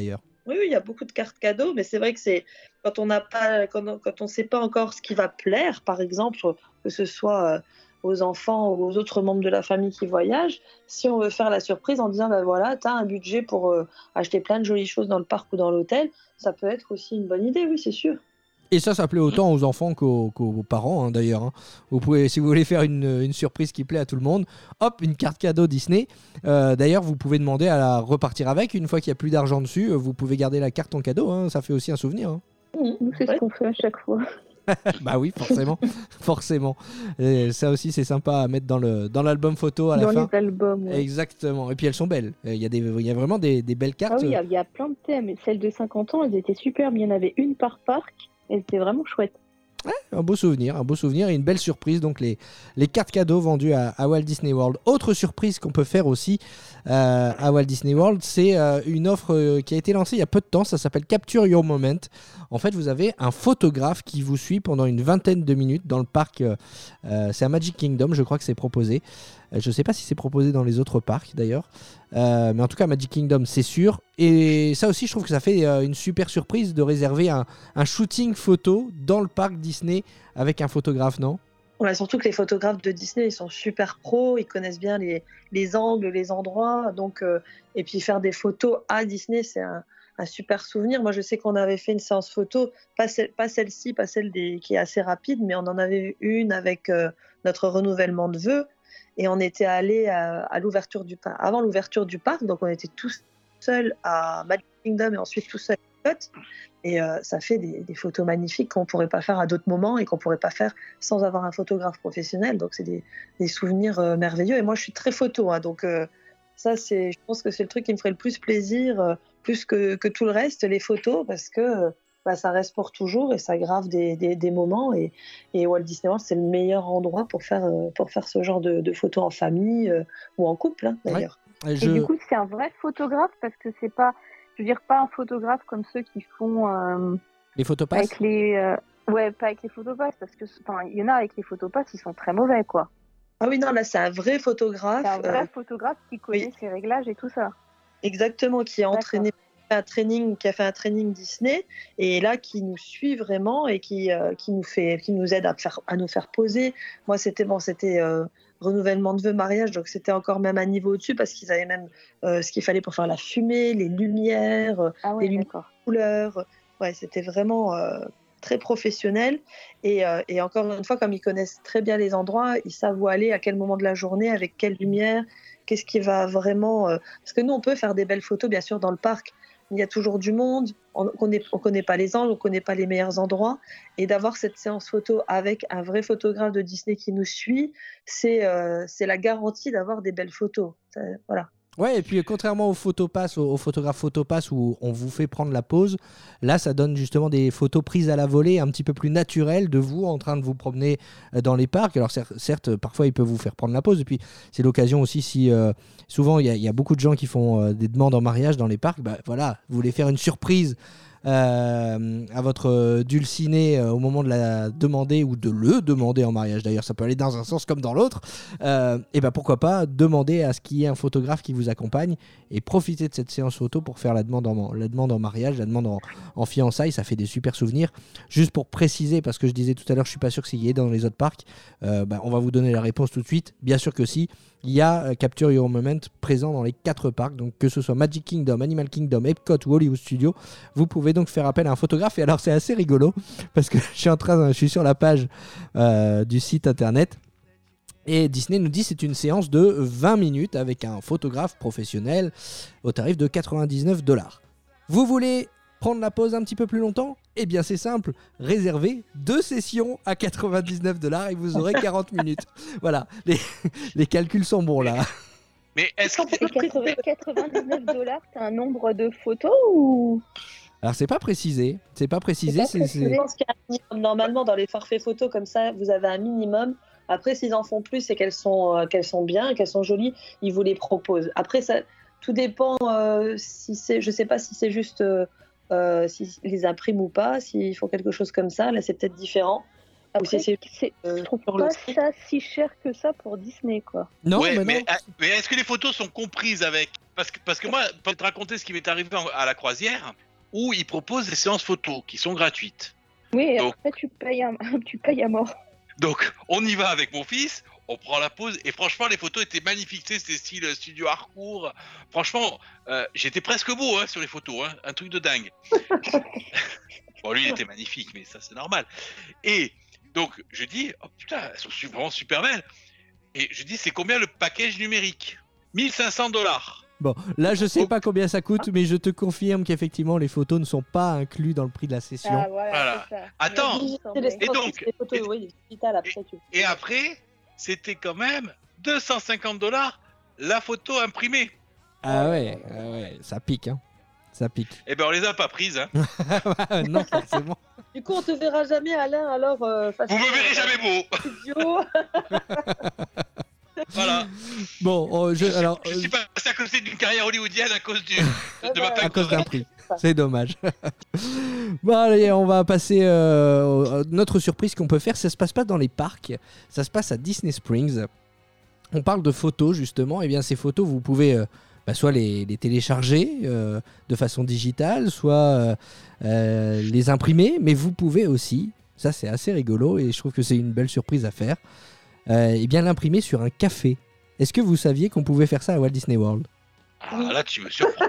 Oui, oui, il y a beaucoup de cartes cadeaux, mais c'est vrai que c'est quand on n'a pas, quand on, quand on sait pas encore ce qui va plaire, par exemple, que ce soit euh, aux enfants ou aux autres membres de la famille qui voyagent, si on veut faire la surprise en disant, ben voilà, tu as un budget pour euh, acheter plein de jolies choses dans le parc ou dans l'hôtel, ça peut être aussi une bonne idée, oui, c'est sûr. Et ça, ça plaît autant aux enfants qu'aux, qu'aux parents, hein, d'ailleurs. Hein. Vous pouvez, si vous voulez faire une, une surprise qui plaît à tout le monde, hop, une carte cadeau Disney. Euh, d'ailleurs, vous pouvez demander à la repartir avec. Une fois qu'il n'y a plus d'argent dessus, vous pouvez garder la carte en cadeau. Hein. Ça fait aussi un souvenir. Hein. Nous, c'est ce qu'on fait à chaque fois. Bah oui, forcément, forcément. Et ça aussi, c'est sympa à mettre dans, le, dans l'album photo à la dans fin. Dans les albums, ouais. Exactement. Et puis elles sont belles. Il y a, des, il y a vraiment des, des belles cartes. Ah oui, il y, y a plein de thèmes. Et celles de cinquante ans, elles étaient superbes. Il y en avait une par parc. Et c'était vraiment chouette. Ouais, un beau souvenir, un beau souvenir et une belle surprise. Donc les, les cartes cadeaux vendues à, à Walt Disney World. Autre surprise qu'on peut faire aussi euh, à Walt Disney World, c'est euh, une offre euh, qui a été lancée il y a peu de temps. Ça s'appelle Capture Your Moment. En fait, vous avez un photographe qui vous suit pendant une vingtaine de minutes dans le parc. Euh, euh, c'est à Magic Kingdom, je crois que c'est proposé. Euh, je ne sais pas si c'est proposé dans les autres parcs d'ailleurs. Euh, mais en tout cas, Magic Kingdom, c'est sûr. Et ça aussi, je trouve que ça fait euh, une super surprise de réserver un, un shooting photo dans le parc Disney avec un photographe, non ? Ouais, surtout que les photographes de Disney, ils sont super pros, ils connaissent bien les, les angles, les endroits. Donc, euh, et puis faire des photos à Disney, c'est un, un super souvenir. Moi, je sais qu'on avait fait une séance photo, pas, celle, pas celle-ci, pas celle des, qui est assez rapide, mais on en avait eu une avec euh, notre renouvellement de vœux. Et on était allé à, à l'ouverture du parc, avant l'ouverture du parc, donc on était tous seuls à Magic Kingdom et ensuite tout seul à Epcot. Et euh, ça fait des, des photos magnifiques qu'on ne pourrait pas faire à d'autres moments et qu'on ne pourrait pas faire sans avoir un photographe professionnel. Donc c'est des, des souvenirs euh, merveilleux. Et moi, je suis très photo, hein, donc euh, ça, c'est, je pense que c'est le truc qui me ferait le plus plaisir, euh, plus que, que tout le reste, les photos, parce que euh, bah, ça reste pour toujours et ça grave des, des, des moments. Et, et Walt Disney World, c'est le meilleur endroit pour faire, euh, pour faire ce genre de, de photos en famille euh, ou en couple, hein, d'ailleurs. Ouais. Je... Et du coup, c'est un vrai photographe parce que c'est pas, je veux dire, pas un photographe comme ceux qui font euh, les photopasses. Avec les, euh... ouais, pas avec les photopasses parce que, enfin, il y en a avec les photopasses, ils sont très mauvais, quoi. Ah oui, non, là, c'est un vrai photographe. C'est un vrai euh... photographe qui connaît oui. ses réglages et tout ça. Exactement, qui a entraîné. Un training, qui a fait un training Disney et là qui nous suit vraiment et qui, euh, qui, nous, fait, qui nous aide à, faire, à nous faire poser. Moi, c'était, bon, c'était euh, renouvellement de vœux, mariage, donc c'était encore même un niveau au-dessus parce qu'ils avaient même euh, ce qu'il fallait pour faire la fumée, les lumières, ah ouais, les lumières, les couleurs. Ouais, c'était vraiment euh, très professionnel. Et, euh, et encore une fois, comme ils connaissent très bien les endroits, ils savent où aller, à quel moment de la journée, avec quelle lumière, qu'est-ce qui va vraiment... Euh... Parce que nous, on peut faire des belles photos, bien sûr, dans le parc. Il y a toujours du monde, on ne connaît, on connaît pas les angles, on ne connaît pas les meilleurs endroits. Et d'avoir cette séance photo avec un vrai photographe de Disney qui nous suit, c'est, euh, c'est la garantie d'avoir des belles photos. Ça, voilà. Ouais, et puis contrairement aux photopass, aux, aux photographes photopass où on vous fait prendre la pause, là ça donne justement des photos prises à la volée un petit peu plus naturelles de vous en train de vous promener dans les parcs. Alors certes, parfois il peut vous faire prendre la pause et puis c'est l'occasion aussi si euh, souvent il y, y a beaucoup de gens qui font euh, des demandes en mariage dans les parcs, bah voilà, vous voulez faire une surprise Euh, à votre dulciné euh, au moment de la demander ou de le demander en mariage, d'ailleurs ça peut aller dans un sens comme dans l'autre, euh, et ben pourquoi pas demander à ce qu'il y ait un photographe qui vous accompagne et profiter de cette séance photo pour faire la demande en, la demande en mariage, la demande en, en fiançailles. Ça fait des super souvenirs. Juste pour préciser, parce que je disais tout à l'heure, je suis pas sûr que s'il y ait dans les autres parcs, euh, ben, on va vous donner la réponse tout de suite. Bien sûr que si. Il y a euh, Capture Your Moment présent dans les quatre parcs, donc que ce soit Magic Kingdom, Animal Kingdom, Epcot ou Hollywood Studios, vous pouvez donc faire appel à un photographe. Et alors c'est assez rigolo parce que je suis en train, je suis sur la page euh, du site internet et Disney nous dit c'est une séance de vingt minutes avec un photographe professionnel au tarif de quatre-vingt-dix-neuf dollars. Vous voulez prendre la pause un petit peu plus longtemps ? Eh bien c'est simple, réservez deux sessions à quatre-vingt-dix-neuf dollars et vous aurez quarante minutes. Voilà, les, les calculs sont bons là. Mais est-ce que quatre-vingt-dix-neuf dollars, c'est un nombre de photos ou... Alors c'est pas précisé, c'est pas précisé. C'est pas c'est, précisé. C'est... Je pense qu'il y a un minimum. Normalement dans les forfaits photos comme ça, vous avez un minimum. Après s'ils en font plus et qu'elles sont, euh, qu'elles sont bien, qu'elles sont jolies, ils vous les proposent. Après ça, tout dépend euh, si c'est, je sais pas si c'est juste... Euh, Euh, s'ils les impriment ou pas, s'ils font quelque chose comme ça, là c'est peut-être différent. Après, ou si c'est, c'est, euh, je trouve sur pas le site. ça si cher que ça pour Disney, quoi. Non, ouais, mais, mais, non. mais est-ce que les photos sont comprises avec... Parce que, parce que moi, pour te raconter ce qui m'est arrivé à la croisière, où ils proposent des séances photos qui sont gratuites. Oui, et Donc- après tu payes, un... tu payes à mort. Donc, on y va avec mon fils, on prend la pause, et franchement, les photos étaient magnifiques, tu sais, c'était style studio hardcore. Franchement, euh, j'étais presque beau hein, sur les photos, hein, un truc de dingue. Bon, lui, il était magnifique, mais ça, c'est normal. Et donc, je dis, oh putain, elles sont su- vraiment super belles. Et je dis, c'est combien le package numérique ? mille cinq cents dollars. Bon, là je sais Oh. pas combien ça coûte, mais je te confirme qu'effectivement les photos ne sont pas inclus dans le prix de la session. Ah, voilà, Voilà. c'est ça. Attends, C'est les Et donc- les photos, oui, les digitales après. Tu... Et après, c'était quand même deux cent cinquante dollars la photo imprimée. Ah ouais, ah ouais, ça pique, hein. Ça pique. Eh ben, on les a pas prises. Hein. Non, forcément. Du coup, on te verra jamais, Alain, alors. Euh, face Vous me à- verrez jamais beau. Studio. Voilà. Bon, oh, je, alors, Je euh, suis passé à côté d'une carrière hollywoodienne à cause du, de ma bah, à pack cause d'un d'oreille. prix. C'est dommage. Bon, allez, on va passer euh, au- notre surprise qu'on peut faire. Ça se passe pas dans les parcs, ça se passe à Disney Springs. On parle de photos justement. Et bien, ces photos, vous pouvez euh, bah, soit les, les télécharger euh, de façon digitale, soit euh, euh, les imprimer. Mais vous pouvez aussi, ça c'est assez rigolo et je trouve que c'est une belle surprise à faire. Euh, et bien, l'imprimer sur un café. Est-ce que vous saviez qu'on pouvait faire ça à Walt Disney World ? Ah, là, tu me surprends.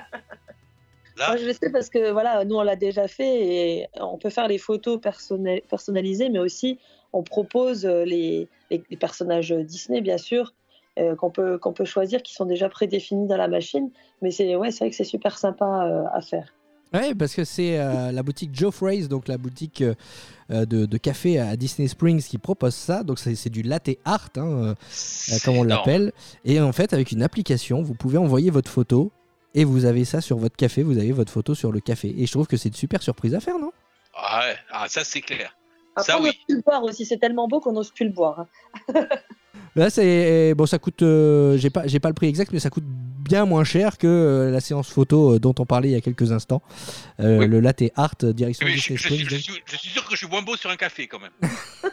Là, Moi, je le sais parce que voilà, nous on l'a déjà fait et on peut faire les photos personnel- personnalisées, mais aussi on propose euh, les, les, les personnages Disney, bien sûr, euh, qu'on peut, qu'on peut choisir, qui sont déjà prédéfinis dans la machine. Mais c'est ouais, c'est vrai que c'est super sympa euh, à faire. Ouais, parce que c'est euh, la boutique Joffrey's, donc la boutique euh, de, de café à Disney Springs qui propose ça. Donc c'est, c'est du latte art, hein, euh, c'est comme on énorme. l'appelle. Et en fait, avec une application, vous pouvez envoyer votre photo et vous avez ça sur votre café. Vous avez votre photo sur le café. Et je trouve que c'est une super surprise à faire, non ? Ah ouais, ah, ça c'est clair. Après, Ça, on oui. n'ose plus le boire aussi, c'est tellement beau qu'on n'ose plus le boire. hein. Là, c'est bon, ça coûte. euh, j'ai pas, j'ai pas le prix exact, mais ça coûte bien moins cher que euh, la séance photo euh, dont on parlait il y a quelques instants. Euh, Oui. Le latte art euh, direction Mais je, Disney je suis, Springs. je, donc. suis, je suis sûr que je suis moins beau sur un café quand même.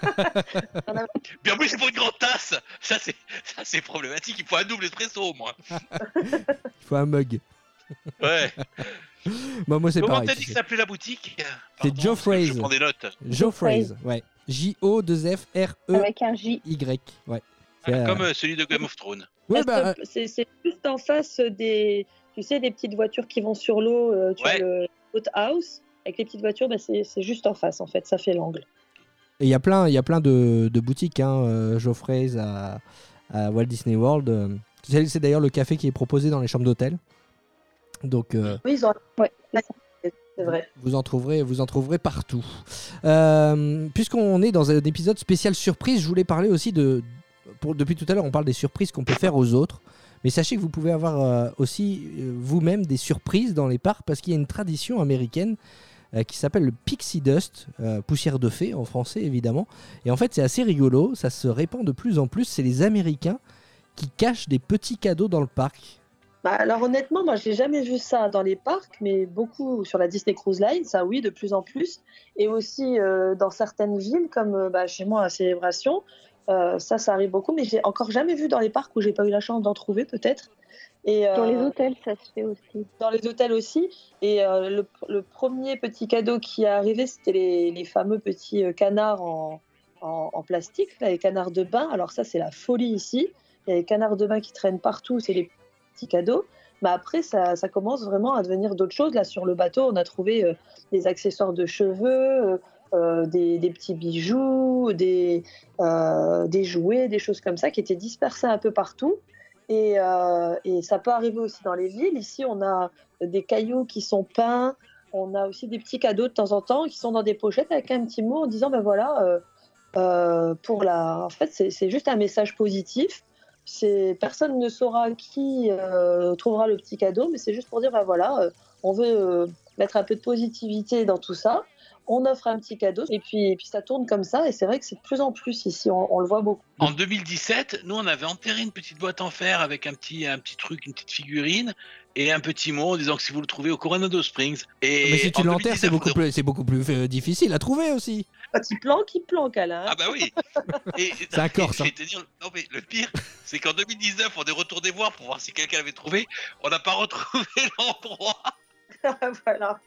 On a- Puis en plus, c'est pour une grande tasse. Ça c'est, ça, c'est problématique. Il faut un double espresso au moins. Il faut un mug. Ouais. Bah, moi, c'est Comment pareil. t'as tu dit que sais. ça s'appelait la boutique ? C'est Pardon, parce que Joffrey's. Je prends des notes. Joffrey's, ouais. J O deux F R E Avec un J. Y, ouais. C'est, euh, Comme euh, celui de Game of Thrones. ouais, Parce bah, que c'est, c'est juste en face des, tu sais, des petites voitures qui vont sur l'eau, euh, tu Ouais. vois, le boat house, avec les petites voitures, bah, c'est, c'est juste en face, en fait, ça fait l'angle. et il y a plein, il y a plein de, de boutiques, hein, euh, Joffrey's à, à Walt Disney World. euh. C'est, c'est d'ailleurs le café qui est proposé dans les chambres d'hôtel. Donc, euh, Oui, ils ont... Ouais, c'est ça. c'est vrai. vous en trouverez, vous en trouverez partout. Euh, puisqu'on est dans un épisode spécial surprise, je voulais parler aussi de. Pour, depuis tout à l'heure, on parle des surprises qu'on peut faire aux autres. Mais sachez que vous pouvez avoir euh, aussi euh, vous-même des surprises dans les parcs parce qu'il y a une tradition américaine euh, qui s'appelle le pixie dust, euh, poussière de fée en français évidemment. Et en fait, c'est assez rigolo, ça se répand de plus en plus. C'est les Américains qui cachent des petits cadeaux dans le parc. Bah, alors honnêtement, moi, j'ai jamais vu ça dans les parcs, mais beaucoup sur la Disney Cruise Line, ça oui, de plus en plus. Et aussi euh, dans certaines villes, comme euh, bah, chez moi à Célébration, euh, ça, ça arrive beaucoup, mais j'ai encore jamais vu dans les parcs où j'ai pas eu la chance d'en trouver peut-être. Et, Dans les euh, hôtels, ça se fait aussi. dans les hôtels aussi. Et euh, le, le premier petit cadeau qui est arrivé, c'était les, les fameux petits euh, canards en, en, en plastique, là, les canards de bain. Alors ça, c'est la folie ici. Il y a les canards de bain qui traînent partout, c'est les petits cadeaux. Mais après, ça, ça commence vraiment à devenir d'autres choses. Là, sur le bateau, on a trouvé euh, des accessoires de cheveux, euh, euh, des, des petits bijoux, des, euh, des jouets, des choses comme ça qui étaient dispersés un peu partout. Et, euh, et ça peut arriver aussi dans les villes. Ici, on a des cailloux qui sont peints. On a aussi des petits cadeaux de temps en temps qui sont dans des pochettes avec un petit mot en disant ben voilà, euh, euh, pour la. En fait, c'est, c'est juste un message positif. C'est, personne ne saura qui euh, trouvera le petit cadeau, mais c'est juste pour dire ben voilà, euh, on veut euh, mettre un peu de positivité dans tout ça. On offre un petit cadeau et puis, et puis ça tourne comme ça. Et c'est vrai que c'est de plus en plus ici, on, on le voit beaucoup. En deux mille dix-sept, nous, on avait enterré une petite boîte en fer avec un petit, un petit truc, une petite figurine et un petit mot en disant que si vous le trouvez au Coronado Springs. Et Mais si tu en l'enterres, c'est deux mille dix-neuf, beaucoup on- plus, c'est beaucoup plus euh, difficile à trouver aussi. Quand il planque, il planque, Alain. Ah bah oui. Et, C'est un Corse, Je vais te dire, non mais le pire, c'est qu'en deux mille dix-neuf, on est retourné voir pour voir si quelqu'un l'avait trouvé. On n'a pas retrouvé l'endroit. Voilà.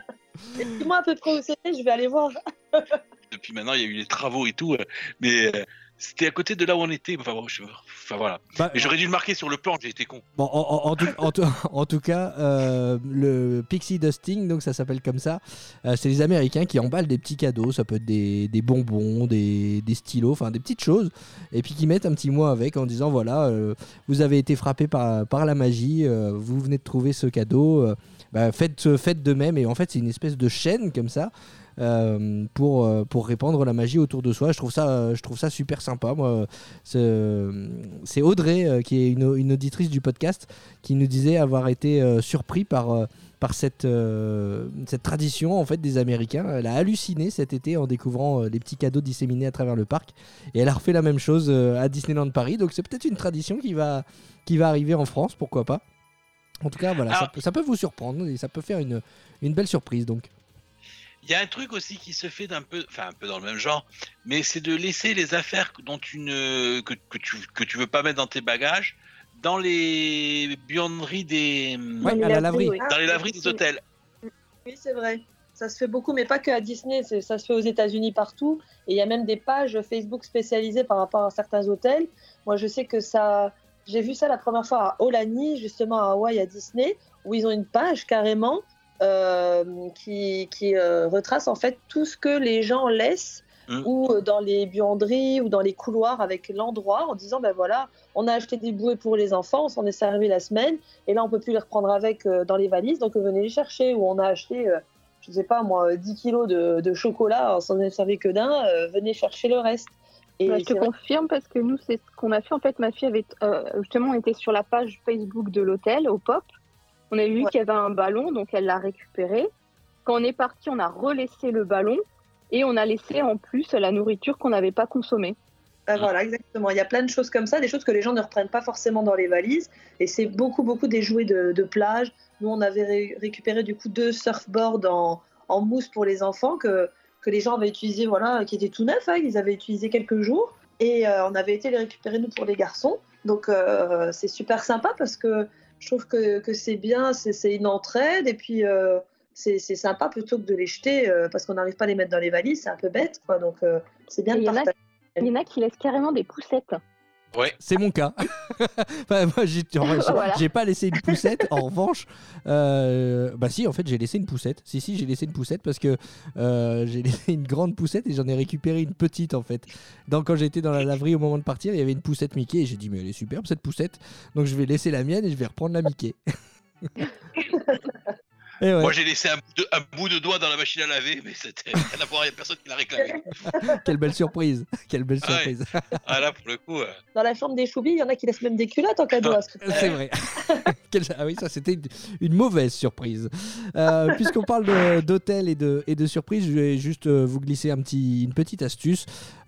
Et dis-moi à peu près où c'était, je vais aller voir. Depuis maintenant, il y a eu les travaux et tout, euh, mais euh, c'était à côté de là où on était. Enfin, bon, je- enfin, voilà. Bah, Mais j'aurais dû le marquer sur le plan, j'ai été con. Bon, en, en- en tout, en tout- en tout cas, euh, le Pixie Dusting, donc ça s'appelle comme ça, euh, c'est les Américains qui emballent des petits cadeaux, ça peut être des, des bonbons, des, des stylos, enfin des petites choses, et puis qui mettent un petit mot avec en disant voilà, euh, vous avez été frappé par, par la magie, euh, vous venez de trouver ce cadeau, euh, bah, faites, faites de même, et en fait c'est une espèce de chaîne comme ça. euh, pour, euh, pour répandre la magie autour de soi. Je trouve ça, je trouve ça super sympa. Moi, c'est, c'est Audrey, euh, qui est une, une auditrice du podcast, qui nous disait avoir été euh, surpris par, euh, par cette, euh, cette tradition en fait, des Américains. Elle a halluciné cet été en découvrant euh, les petits cadeaux disséminés à travers le parc. Et elle a refait la même chose euh, à Disneyland Paris. Donc c'est peut-être une tradition qui va, qui va arriver en France, pourquoi pas. En tout cas, voilà, Alors- ça, peut- ça peut vous surprendre et ça peut faire une, une belle surprise. Donc. Il y a un truc aussi qui se fait d'un peu, enfin un peu dans le même genre, mais c'est de laisser les affaires dont tu ne, que, que tu que tu veux pas mettre dans tes bagages dans les buanderies des, Ouais, les à la laveries, laverie. oui. dans les laveries des hôtels. Oui, c'est vrai. Ça se fait beaucoup, mais pas que à Disney. c'est- Ça se fait aux États-Unis partout. Et il y a même des pages Facebook spécialisées par rapport à certains hôtels. Moi, je sais que ça. J'ai vu ça la première fois à Aulani, justement à Hawaï, à Disney, où ils ont une page carrément euh, qui, qui euh, retrace en fait tout ce que les gens laissent Mm. ou euh, dans les buanderies ou dans les couloirs avec l'endroit en disant ben voilà, on a acheté des bouées pour les enfants, on s'en est servi la semaine et là on peut plus les reprendre avec euh, dans les valises, donc euh, venez les chercher. Ou on a acheté euh, je sais pas moi, dix kilos de, de chocolat, on s'en est servi que d'un, euh, venez chercher le reste. Et Bah, je te c'est vrai- confirme parce que nous, c'est ce qu'on a fait. En fait, ma fille avait euh, justement, on était sur la page Facebook de l'hôtel au Pop. On a vu Ouais. qu'il y avait un ballon, donc elle l'a récupéré. Quand on est parti, on a relaissé le ballon et on a laissé en plus la nourriture qu'on n'avait pas consommée. Ben voilà, exactement. Il y a plein de choses comme ça, des choses que les gens ne reprennent pas forcément dans les valises. Et c'est beaucoup, beaucoup des jouets de, de plage. Nous, on avait ré- récupéré du coup deux surfboards en, en mousse pour les enfants que, que les gens avaient utilisés, voilà, qui étaient tout neufs, hein, ils avaient utilisé quelques jours. Et euh, on avait été les récupérer, nous, pour les garçons. Donc, euh, c'est super sympa parce que je trouve que, que c'est bien, c'est, c'est une entraide. Et puis, euh, c'est, c'est sympa plutôt que de les jeter euh, parce qu'on n'arrive pas à les mettre dans les valises. C'est un peu bête, quoi. Donc, euh, c'est bien Et de il y en a- partager. Il y en a qui laissent carrément des poussettes. Ouais. C'est mon cas. Enfin, moi, j'ai, en vrai, j'ai- Voilà. j'ai pas laissé une poussette. En revanche, euh, bah si, en fait, j'ai laissé une poussette. Si, si, j'ai laissé une poussette parce que euh, j'ai laissé une grande poussette et j'en ai récupéré une petite en fait. Donc, quand j'étais dans la laverie au moment de partir, il y avait une poussette Mickey et j'ai dit mais elle est superbe cette poussette. Donc, je vais laisser la mienne et je vais reprendre la Mickey. Et ouais, Moi j'ai laissé un, bout de- un bout de doigt dans la machine à laver, mais c'était rien à voir, il n'y a personne qui l'a réclamé. quelle belle surprise. Quelle belle Ah ouais. surprise. Ah là pour le coup. euh, Dans la chambre des choubis, il y en a qui laissent même des culottes en cadeau. à ce que- C'est vrai. Quelle- Ah oui, ça c'était une, une mauvaise surprise. Euh, puisqu'on parle de- d'hôtel et de, et de surprise, je vais juste euh, vous glisser un petit, une petite astuce.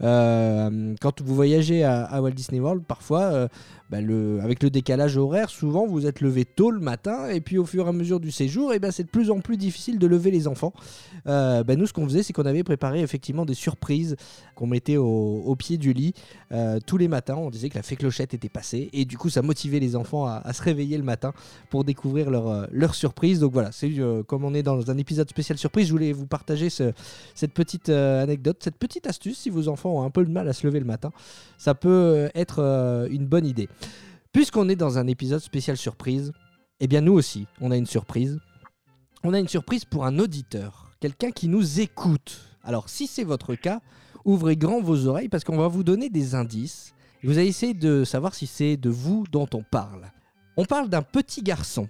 Euh, quand vous voyagez à, à Walt Disney World, parfois, euh, bah, le, avec le décalage horaire, souvent vous êtes levé tôt le matin et puis au fur et à mesure du séjour, et ben, c'est de plus en plus difficile de lever les enfants. Euh, bah, nous, ce qu'on faisait, c'est qu'on avait préparé effectivement des surprises qu'on mettait au, au pied du lit euh, tous les matins. On disait que la fée clochette était passée et du coup, ça motivait les enfants à, à se réveiller le matin pour découvrir leur, euh, leur surprise. Donc voilà, c'est euh, comme on est dans un épisode spécial surprise, je voulais vous partager ce- cette petite euh, anecdote, cette petite astuce. Si vos enfants ont un peu de mal à se lever le matin, ça peut euh, être euh, une bonne idée. Puisqu'on est dans un épisode spécial surprise, eh bien nous aussi, on a une surprise. On a une surprise pour un auditeur, quelqu'un qui nous écoute. Alors si c'est votre cas, ouvrez grand vos oreilles parce qu'on va vous donner des indices. Et vous allez essayer de savoir si c'est de vous dont on parle. On parle d'un petit garçon.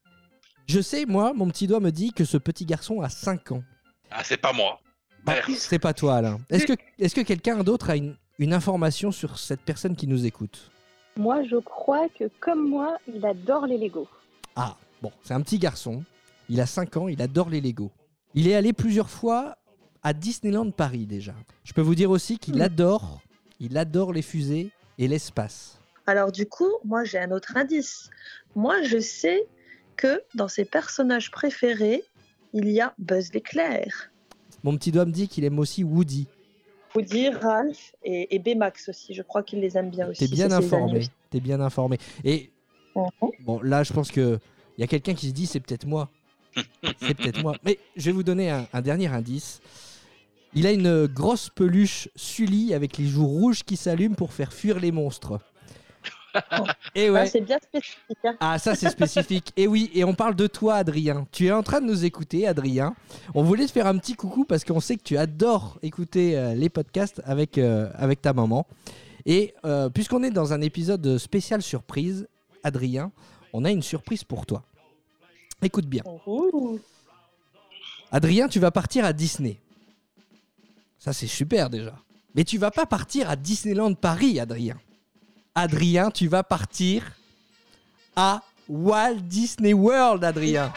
Je sais, moi, mon petit doigt me dit que ce petit garçon a cinq ans. Ah c'est pas moi. Ah, Merde. c'est pas toi, Alain. Est-ce que, est-ce que quelqu'un d'autre a une, une information sur cette personne qui nous écoute ? Moi, je crois que comme moi, il adore les Legos. Ah, bon, c'est un petit garçon. Il a cinq ans, il adore les Legos. Il est allé plusieurs fois à Disneyland Paris déjà. Je peux vous dire aussi qu'il adore, il adore les fusées et l'espace. Alors du coup, moi j'ai un autre indice. Moi je sais que dans ses personnages préférés, il y a Buzz l'éclair, Mon petit doigt me dit qu'il aime aussi Woody. Woody, Ralph et, et Baymax aussi. Je crois qu'il les aime bien aussi. T'es bien c'est ses informé. amis. T'es bien informé. Et Mhm. bon, là, je pense que il y a quelqu'un qui se dit c'est peut-être moi. C'est peut-être moi. Mais je vais vous donner un, un dernier indice. Il a une grosse peluche Sully avec les joues rouges qui s'allument pour faire fuir les monstres. Et ouais. Ah, c'est bien spécifique. Hein. Ah, ça c'est spécifique. Et oui, et on parle de toi, Adrien. Tu es en train de nous écouter, Adrien. On voulait te faire un petit coucou parce qu'on sait que tu adores écouter euh, les podcasts avec, euh, avec ta maman. Et euh, puisqu'on est dans un épisode spécial surprise, Adrien, on a une surprise pour toi. Écoute bien. Ouh. Adrien, tu vas partir à Disney. Ça c'est super déjà. Mais tu vas pas partir à Disneyland Paris, Adrien. Adrien, tu vas partir à Walt Disney World, Adrien.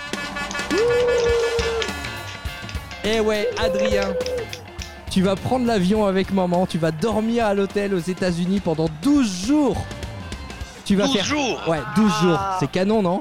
Eh ouais, Adrien, tu vas prendre l'avion avec maman, tu vas dormir à l'hôtel aux États-Unis pendant douze jours. Tu vas douze faire jours. Ouais, douze Ah. jours. C'est canon, non?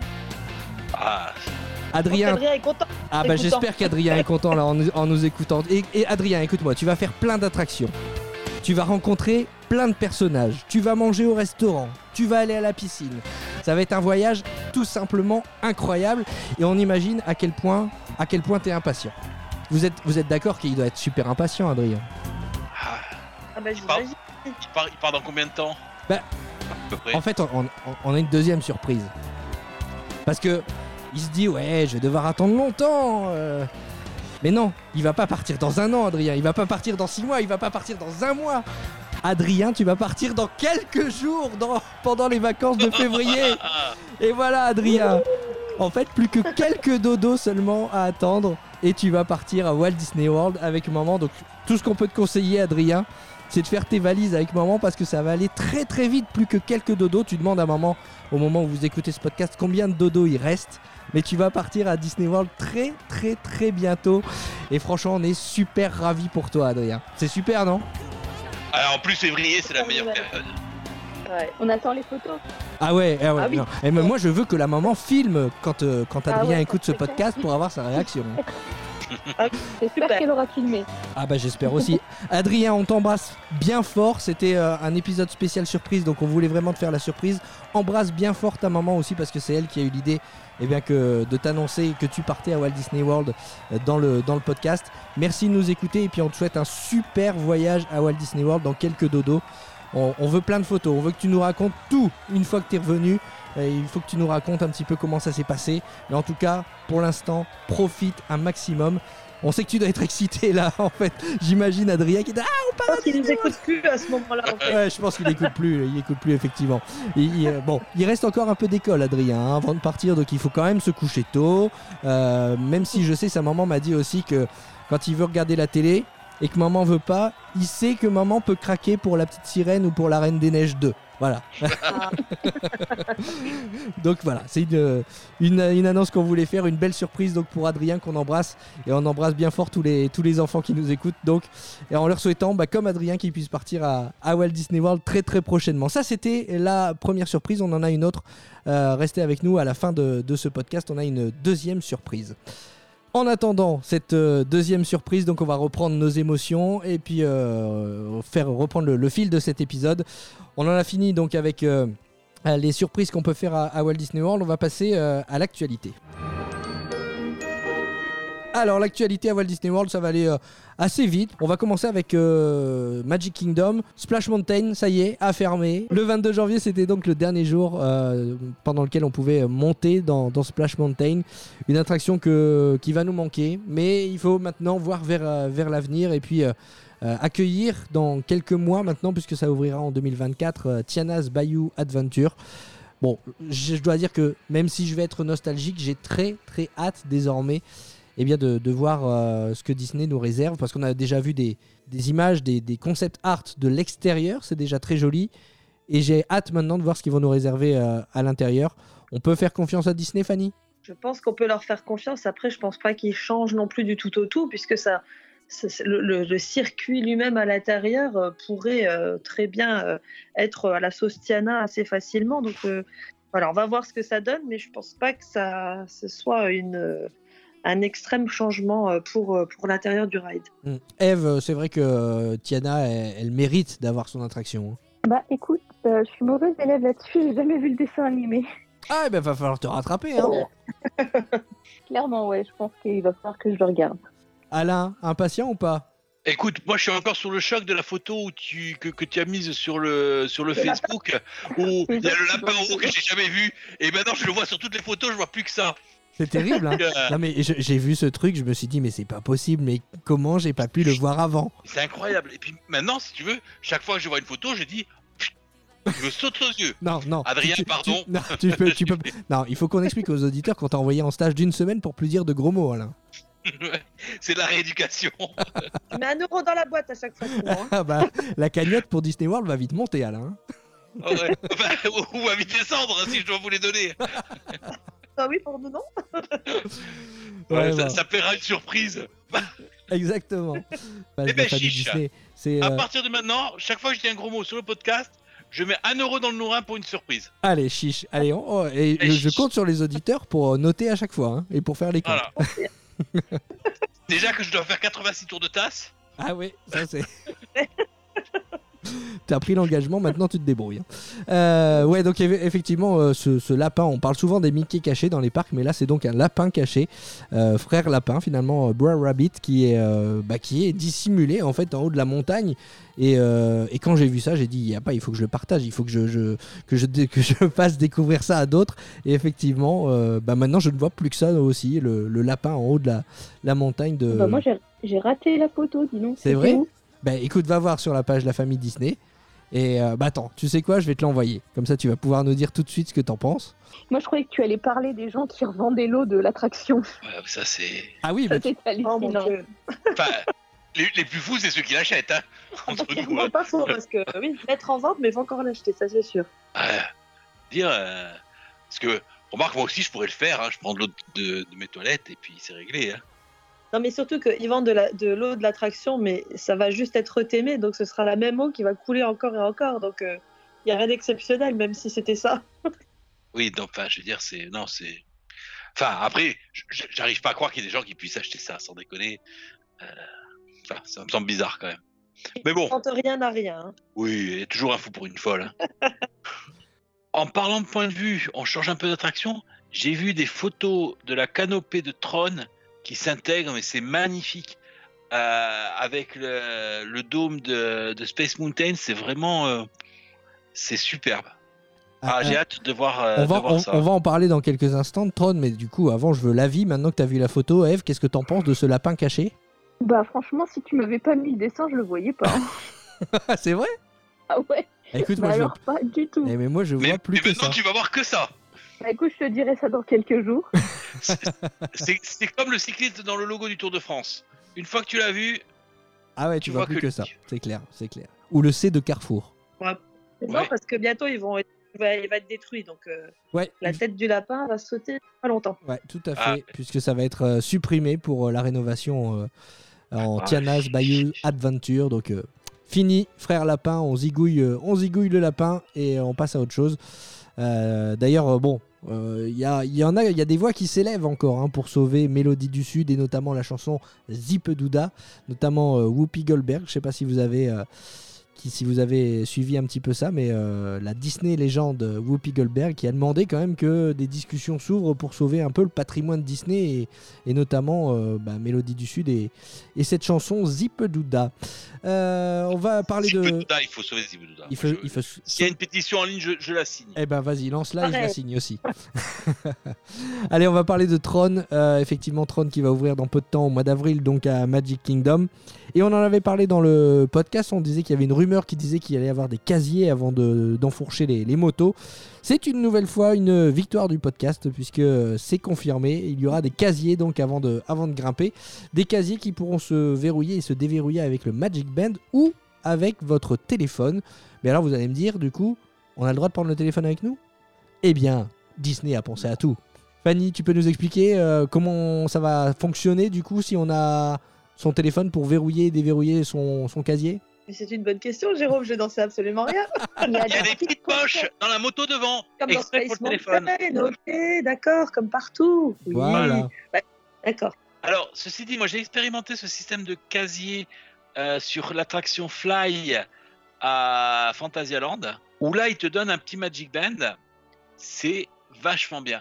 Ah, Adrien, Adrien est content. ah bah écoutant. j'espère qu'Adrien est content là en, nous- en nous écoutant. Et, et Adrien, écoute-moi, tu vas faire plein d'attractions. Tu vas rencontrer plein de personnages. Tu vas manger au restaurant. Tu vas aller à la piscine. Ça va être un voyage tout simplement incroyable. Et on imagine à quel point, à quel point t'es impatient. Vous êtes, vous êtes d'accord qu'il doit être super impatient, Adrien? ah. Ah bah, je Par- vous Il part, il part dans combien de temps? Bah, à peu près. En fait, on, on- on a une deuxième surprise. Parce que il se dit, ouais, je vais devoir attendre longtemps. euh. Mais non, il va pas partir dans un an, Adrien. Il va pas partir dans six mois. Il va pas partir dans un mois. Adrien, tu vas partir dans quelques jours, dans- pendant les vacances de février. Et voilà, Adrien. En fait, plus que quelques dodos seulement à attendre. Et tu vas partir à Walt Disney World avec maman. Donc, tout ce qu'on peut te conseiller, Adrien, c'est de faire tes valises avec maman parce que ça va aller très très vite. Plus que quelques dodos. Tu demandes à maman, au moment où vous écoutez ce podcast, combien de dodos il reste. Mais tu vas partir à Disney World très très très bientôt. Et franchement, on est super ravis pour toi, Adrien. C'est super, non? Alors, en plus, février, c'est la meilleure période. Ouais. On attend les photos. Ah ouais, ah ouais, Ah oui. non. Et même moi je veux que la maman filme quand, euh, quand Ah Adrien ouais, écoute ce ça serait podcast pour avoir sa réaction. J'espère Super. qu'elle aura filmé. Ah bah j'espère aussi. Adrien, on t'embrasse bien fort. C'était euh, un épisode spécial surprise, donc on voulait vraiment te faire la surprise. Embrasse bien fort ta maman aussi parce que c'est elle qui a eu l'idée eh bien, que, de t'annoncer que tu partais à Walt Disney World euh, dans le, dans le podcast. Merci de nous écouter et puis on te souhaite un super voyage à Walt Disney World dans quelques dodos. On, on veut plein de photos, on veut que tu nous racontes tout une fois que tu es revenu. Et il faut que tu nous racontes un petit peu comment ça s'est passé. Mais en tout cas, pour l'instant, profite un maximum. On sait que tu dois être excité là, en fait. J'imagine Adrien qui dit ah, on Je part à pense qu'il nous écoute plus à ce moment-là. En fait. Ouais, je pense qu'il écoute plus, il écoute plus effectivement. Il, il, euh, bon, il reste encore un peu d'école, Adrien, hein, avant de partir, donc il faut quand même se coucher tôt. Euh, même si je sais, sa maman m'a dit aussi que quand il veut regarder la télé et que maman veut pas, il sait que maman peut craquer pour la petite sirène ou pour la Reine des Neiges deux. Voilà. Ah. Donc voilà, c'est une, une, une annonce qu'on voulait faire, une belle surprise donc pour Adrien qu'on embrasse et on embrasse bien fort tous les, tous les enfants qui nous écoutent donc et en leur souhaitant bah, comme Adrien qu'ils puissent partir à, à Walt Disney World très très prochainement. Ça c'était la première surprise, on en a une autre. Euh, restez avec nous à la fin de, de ce podcast, on a une deuxième surprise. En attendant cette euh, deuxième surprise, donc on va reprendre nos émotions et puis euh, faire reprendre le, le fil de cet épisode. On en a fini donc avec euh, les surprises qu'on peut faire à, à Walt Disney World. On va passer euh, à l'actualité. Alors l'actualité à Walt Disney World, ça va aller euh, assez vite. On va commencer avec euh, Magic Kingdom. Splash Mountain, ça y est, a fermé. Le vingt-deux janvier, c'était donc le dernier jour euh, pendant lequel on pouvait monter dans, dans Splash Mountain. Une attraction que, qui va nous manquer. Mais il faut maintenant voir vers, euh, vers l'avenir et puis... Euh, Euh, accueillir dans quelques mois maintenant, puisque ça ouvrira en deux mille vingt-quatre, euh, Tiana's Bayou Adventure. Bon, je, je dois dire que même si je vais être nostalgique, j'ai très très hâte désormais eh bien, de, de voir euh, ce que Disney nous réserve, parce qu'on a déjà vu des, des images, des, des concept art de l'extérieur, c'est déjà très joli, et j'ai hâte maintenant de voir ce qu'ils vont nous réserver euh, à l'intérieur. On peut faire confiance à Disney, Fanny ? Je pense qu'on peut leur faire confiance. Après, je pense pas qu'ils changent non plus du tout au tout, puisque ça, c'est- c'est- le, le- le circuit lui-même à l'intérieur euh, pourrait euh, très bien euh, être à la sauce Tiana assez facilement. Donc euh, voilà, on va voir ce que ça donne, mais je pense pas que ça ce soit une, euh, un extrême changement euh, pour, euh, pour l'intérieur du ride. Mm. Eve, c'est vrai que euh, Tiana, elle, elle mérite d'avoir son attraction. hein. Bah écoute, euh, je suis mauvaise élève là-dessus, j'ai jamais vu le dessin animé. Ah, eh ben va falloir te rattraper. Hein. Clairement, ouais, je pense qu'il va falloir que je le regarde. Alain, impatient ou pas? Écoute, moi je suis encore sur le choc de la photo où tu, que, que tu as mise sur le, sur le Facebook, où il y a le lapin en haut que j'ai jamais vu, et maintenant je le vois sur toutes les photos, je vois plus que ça. C'est terrible, hein. Euh, Non mais je- j'ai vu ce truc, je me suis dit mais c'est pas possible, mais comment j'ai pas pu le voir avant? C'est incroyable. Et puis maintenant, si tu veux, chaque fois que je vois une photo, je dis, je me saute aux yeux. Non, non. Adrien, tu- tu- pardon. tu- non, tu peux, tu peux. Non, il faut qu'on explique aux auditeurs qu'on t'a envoyé en stage d'une semaine pour plus dire de gros mots, Alain. C'est de la rééducation. Tu mets un euro dans la boîte à chaque fois. sinon, hein. Ah bah, la cagnotte pour Disney World va vite monter, Alain. Ouais. Enfin, ou, ou à vite descendre hein, si je dois vous les donner. Ah oui, pour nous, non. Ouais, Ouais, ça, bah, ça plaira une surprise. exactement. Bah, Eh la ben, famille chiche. Disney, c'est. À euh, partir de maintenant, chaque fois que je dis un gros mot sur le podcast, je mets un euro dans le nourrin pour une surprise. Allez, chiche. Allez, on- oh, et Allez, je chiche. compte sur les auditeurs pour euh, noter à chaque fois hein, et pour faire les comptes. Voilà. Déjà que je dois faire quatre-vingt-six tours de tasse. Ah oui, ça c'est. T'as pris l'engagement, maintenant tu te débrouilles. Euh, ouais, donc eff- effectivement, euh, ce, ce lapin, on parle souvent des Mickey cachés dans les parcs, mais là c'est donc un lapin caché, euh, frère lapin finalement, euh, Brer Rabbit, qui est, euh, bah, qui est dissimulé en fait en haut de la montagne. Et, euh, et quand j'ai vu ça, j'ai dit, y a pas, il faut que je le partage, il faut que je, je- que je, dé- que je fasse découvrir ça à d'autres. Et effectivement, euh, bah, maintenant je ne vois plus que ça aussi, le, le lapin en haut de la, la montagne de. Bah, moi, j'ai, j'ai raté la photo, dis donc. C'est C'était vrai où? Bah écoute, va voir sur la page La Famille Disney. Et euh, bah attends, tu sais quoi, je vais te l'envoyer. Comme ça, tu vas pouvoir nous dire tout de suite ce que t'en penses. Moi, je croyais que tu allais parler des gens qui revendaient l'eau de l'attraction. Ouais, ça c'est. Ah oui, bah, Ça, tu- c'est Oh mon hallucinant. Dieu. Enfin, les, les plus fous, c'est ceux qui l'achètent, hein. Entre nous. Vraiment hein. pas faux parce que oui, mettre en vente, mais faut encore l'acheter, ça c'est sûr. Ouais. Dire. euh, Parce que, remarque, moi aussi, je pourrais le faire. Hein. Je prends de l'eau de, de mes toilettes et puis c'est réglé. Hein. Non, mais surtout qu'ils vendent de, la, de l'eau de l'attraction, mais ça va juste être retémé, donc ce sera la même eau qui va couler encore et encore. Donc il n'y a rien d'exceptionnel, même si c'était ça. Oui, donc, enfin, je veux dire, c'est. Non, c'est. Enfin, après, j- j- j'arrive pas à croire qu'il y ait des gens qui puissent acheter ça, sans déconner. Euh, Enfin, ça me semble bizarre quand même. Mais bon, Ils ne rien à rien. hein. oui, il y a toujours un fou pour une folle. hein. En parlant de point de vue, on change un peu d'attraction. J'ai vu des photos de la canopée de Tron qui s'intègre, mais c'est magnifique. Euh, avec le, le dôme de, de Space Mountain, c'est vraiment. euh, c'est superbe. Ah, ah, j'ai ah, hâte de voir, euh, on, de va, voir on, ça. on va en parler dans quelques instants de Tron, mais du coup, avant, je veux l'avis. Maintenant que t'as vu la photo, Eve, qu'est-ce que t'en penses de ce lapin caché? Bah, franchement, si tu m'avais pas mis le dessin, je le voyais pas. hein. C'est vrai? Ah ouais? Écoute, Bah moi, je alors, pas du tout. vois... eh, mais moi, je Mais, vois plus mais que maintenant, ça. tu vas voir que ça. Bah écoute, je te dirai ça dans quelques jours. C'est c'est comme le cycliste dans le logo du Tour de France. Une fois que tu l'as vu, Ah ouais, tu, tu vois vois plus que que lui. ça. C'est clair, c'est clair. Ou le C de Carrefour. Mais Ouais. Non, parce que bientôt, ils vont être- il, va, il va être détruit. Donc euh, Ouais, la il- tête du lapin va sauter pas longtemps. ouais, tout à Ah. fait, puisque ça va être euh, supprimé pour euh, la rénovation euh, en Ah, Tiana's Bayou Adventure. Donc euh, fini, frère lapin, on zigouille, euh, on zigouille le lapin et euh, on passe à autre chose. Euh, D'ailleurs, euh, bon, il y, a, y en a, il y a des voix qui s'élèvent encore hein, pour sauver Mélodie du Sud et notamment la chanson Zippeduda, notamment euh, Whoopi Goldberg. Je sais pas si vous avez euh, qui, si vous avez suivi un petit peu ça, mais euh, la Disney légende Whoopi Goldberg qui a demandé quand même que des discussions s'ouvrent pour sauver un peu le patrimoine Disney et, et notamment euh, bah, Mélodie du Sud et, et cette chanson Zippeduda. Euh, on va parler de. Zippeduda, il faut sauver Zippeduda. Il faut, Je- il faut... S'il y a une pétition en ligne, je, je la signe. Eh ben vas-y, lance-la et je la Pareil. signe aussi. Allez, on va parler de Tron. Euh, effectivement, Tron qui va ouvrir dans peu de temps, au mois d'avril, donc à Magic Kingdom. Et on en avait parlé dans le podcast. On disait qu'il y avait une rumeur qui disait qu'il allait y avoir des casiers avant de, d'enfourcher les, les motos. C'est une nouvelle fois une victoire du podcast puisque c'est confirmé. Il y aura des casiers donc avant de, avant de grimper. Des casiers qui pourront se verrouiller et se déverrouiller avec le Magic Band ou avec votre téléphone. Mais alors vous allez me dire, du coup, on a le droit de prendre le téléphone avec nous ? Eh bien, Disney a pensé à tout. Fanny, tu peux nous expliquer euh, comment ça va fonctionner du coup si on a son téléphone pour verrouiller et déverrouiller son, son casier ? Mais c'est une bonne question, Jérôme, je n'en sais absolument rien. Il y a Il y a des petites poches dans la moto devant, Comme dans exprès pour Space le téléphone. Mountain, ok, d'accord, comme partout. Oui, Voilà. d'accord. Alors, ceci dit, moi j'ai expérimenté ce système de casier euh, sur l'attraction Fly à Fantasyland, où là il te donne un petit Magic Band. C'est vachement bien.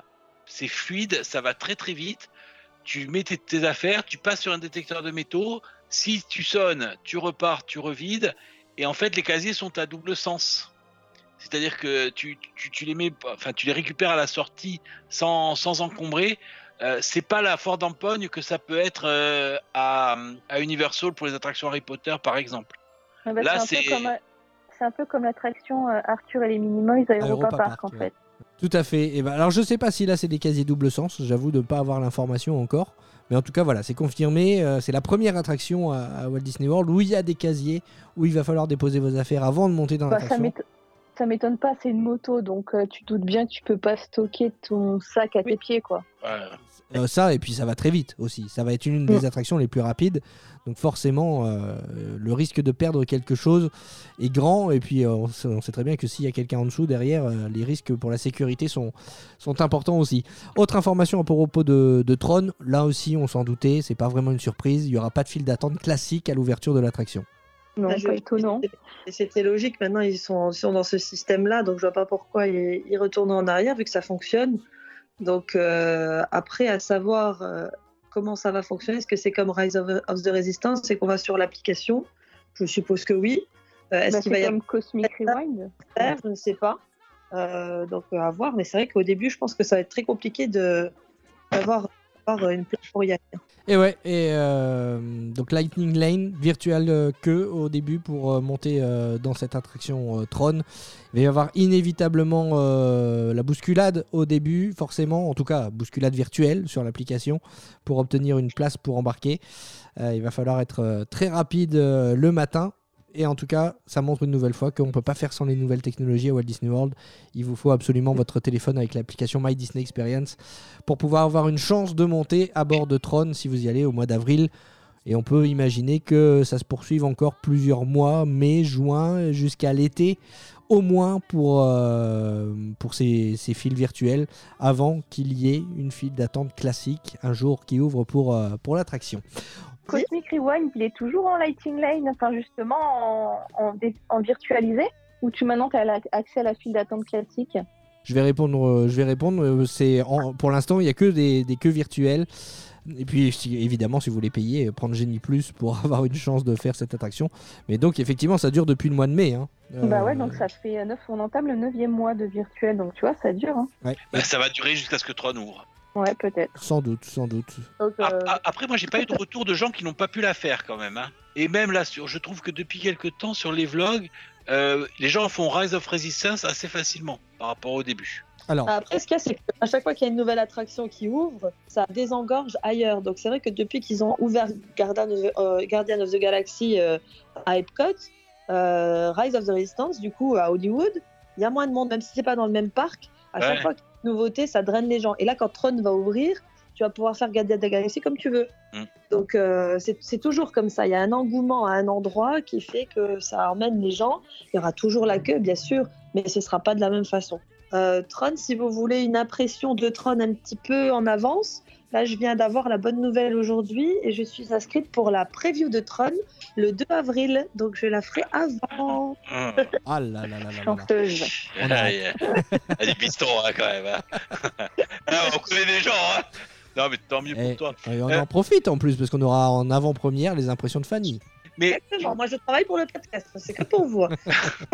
c'est fluide, ça va très très vite. Tu mets tes, tes affaires, tu passes sur un détecteur de métaux. Si tu sonnes, tu repars, tu revides. Et en fait, les casiers sont à double sens. C'est-à-dire que tu, tu, tu les mets, enfin, tu les récupères à la sortie sans, sans encombrer. Euh, c'est pas la Ford Empogne que ça peut être euh, à, à Universal pour les attractions Harry Potter, par exemple. Ah bah, Là, c'est, un c'est... peu comme, c'est un peu comme l'attraction euh, Arthur et les Minimoys à Europa, Europa Park, Park, en ouais. fait. Tout à fait. Et ben, alors je sais pas si là c'est des casiers double sens, j'avoue de ne pas avoir l'information encore. Mais en tout cas voilà, c'est confirmé. Euh, c'est la première attraction à, à Walt Disney World où il y a des casiers, où il va falloir déposer vos affaires avant de monter dans Bah, ça, l'attraction. m'éton- ça m'étonne pas, c'est une moto, donc euh, tu doutes bien que tu peux pas stocker ton sac à tes pieds, quoi. Ouais. Euh, ça, et puis ça va très vite aussi. Ça va être une des attractions les plus rapides. Donc forcément, euh, le risque de perdre quelque chose est grand. Et puis euh, on, sait, on sait très bien que s'il y a quelqu'un en dessous, derrière, euh, les risques pour la sécurité sont, sont importants aussi. Autre information à propos de, de Tron. Là aussi, on s'en doutait. C'est pas vraiment une surprise. Il n'y aura pas de file d'attente classique à l'ouverture de l'attraction. Non, Ah, je- pas étonnant. Et c'était logique. Maintenant, ils sont, ils sont dans ce système-là, donc je vois pas pourquoi ils, ils retournent en arrière vu que ça fonctionne. Donc euh, après, à savoir euh, comment ça va fonctionner, est-ce que c'est comme Rise of, of the Resistance, c'est qu'on va sur l'application? Je suppose que oui. Euh, est-ce Bah, qu'il c'est va y comme Cosmic Rewind. avoir Je ne sais pas. Euh, donc euh, à voir. Mais c'est vrai qu'au début, je pense que ça va être très compliqué de d'avoir d'avoir une place pour y aller. Et ouais, et euh, donc Lightning Lane, virtual euh, queue au début pour euh, monter euh, dans cette attraction euh, Tron. Il va y avoir inévitablement euh, la bousculade au début, forcément, en tout cas bousculade virtuelle sur l'application pour obtenir une place pour embarquer. Euh, il va falloir être euh, très rapide euh, le matin. Et en tout cas, ça montre une nouvelle fois qu'on ne peut pas faire sans les nouvelles technologies à Walt Disney World. Il vous faut absolument votre téléphone avec l'application My Disney Experience pour pouvoir avoir une chance de monter à bord de Tron si vous y allez au mois d'avril. Et on peut imaginer que ça se poursuive encore plusieurs mois, mai, juin, jusqu'à l'été, au moins pour, euh, pour ces, ces files virtuelles, avant qu'il y ait une file d'attente classique un jour qui ouvre pour, euh, pour l'attraction. Cosmic Rewind, il est toujours en Lighting Lane, enfin justement en, en, dé- en virtualisé, ou tu maintenant tu as accès à la file d'attente classique? Je vais répondre. euh, je vais répondre. euh, C'est en- pour l'instant, il n'y a que des, des queues virtuelles. Et puis, si- évidemment, si vous voulez payer, euh, prendre Genie Plus pour avoir une chance de faire cette attraction. Mais donc, effectivement, ça dure depuis le mois de mai. Hein. Euh, Bah ouais, donc ça fait neuf, on entame le neuvième mois de virtuel, donc tu vois, ça dure. Hein. ouais. Bah, ça va durer jusqu'à ce que Tron ouvre. Ouais, peut-être. Sans doute, sans doute. Donc, A- euh, a- Après, moi, j'ai pas eu de retour de gens qui n'ont pas pu la faire quand même. Hein. Et même là, sur, je trouve que depuis quelques temps, sur les vlogs, euh, les gens font Rise of Resistance assez facilement par rapport au début. Alors, Après, ce qu'il y a, c'est qu'à chaque fois qu'il y a une nouvelle attraction qui ouvre, ça désengorge ailleurs. Donc c'est vrai que depuis qu'ils ont ouvert Guardian of, euh, Guardian of the Galaxy euh, à Epcot, euh, Rise of the Resistance, du coup à Hollywood, il y a moins de monde, même si c'est pas dans le même parc. À chaque Ouais. fois qu'il y a une nouveauté, ça draine les gens. Et là, quand Tron va ouvrir, tu vas pouvoir faire Guardian of the Galaxy comme tu veux. Mm. Donc euh, c'est c'est toujours comme ça. Il y a un engouement à un endroit qui fait que ça emmène les gens. Il y aura toujours la queue, bien sûr, mais ce sera pas de la même façon. Euh, Tron, si vous voulez une impression de Tron un petit peu en avance, là je viens d'avoir la bonne nouvelle aujourd'hui et je suis inscrite pour la preview de Tron le deux avril, donc je la ferai avant. Hum. ah là là là là là là. chanteuse. On a- Ah, il y a il y a des pistons hein, quand même. Hein. Ah, on connaît des gens. Hein. Non, mais tant mieux pour Et, toi. et on Euh. en profite en plus parce qu'on aura en avant-première les impressions de Fanny. Mais Exactement. Moi je travaille pour le podcast, c'est que pour vous. hein.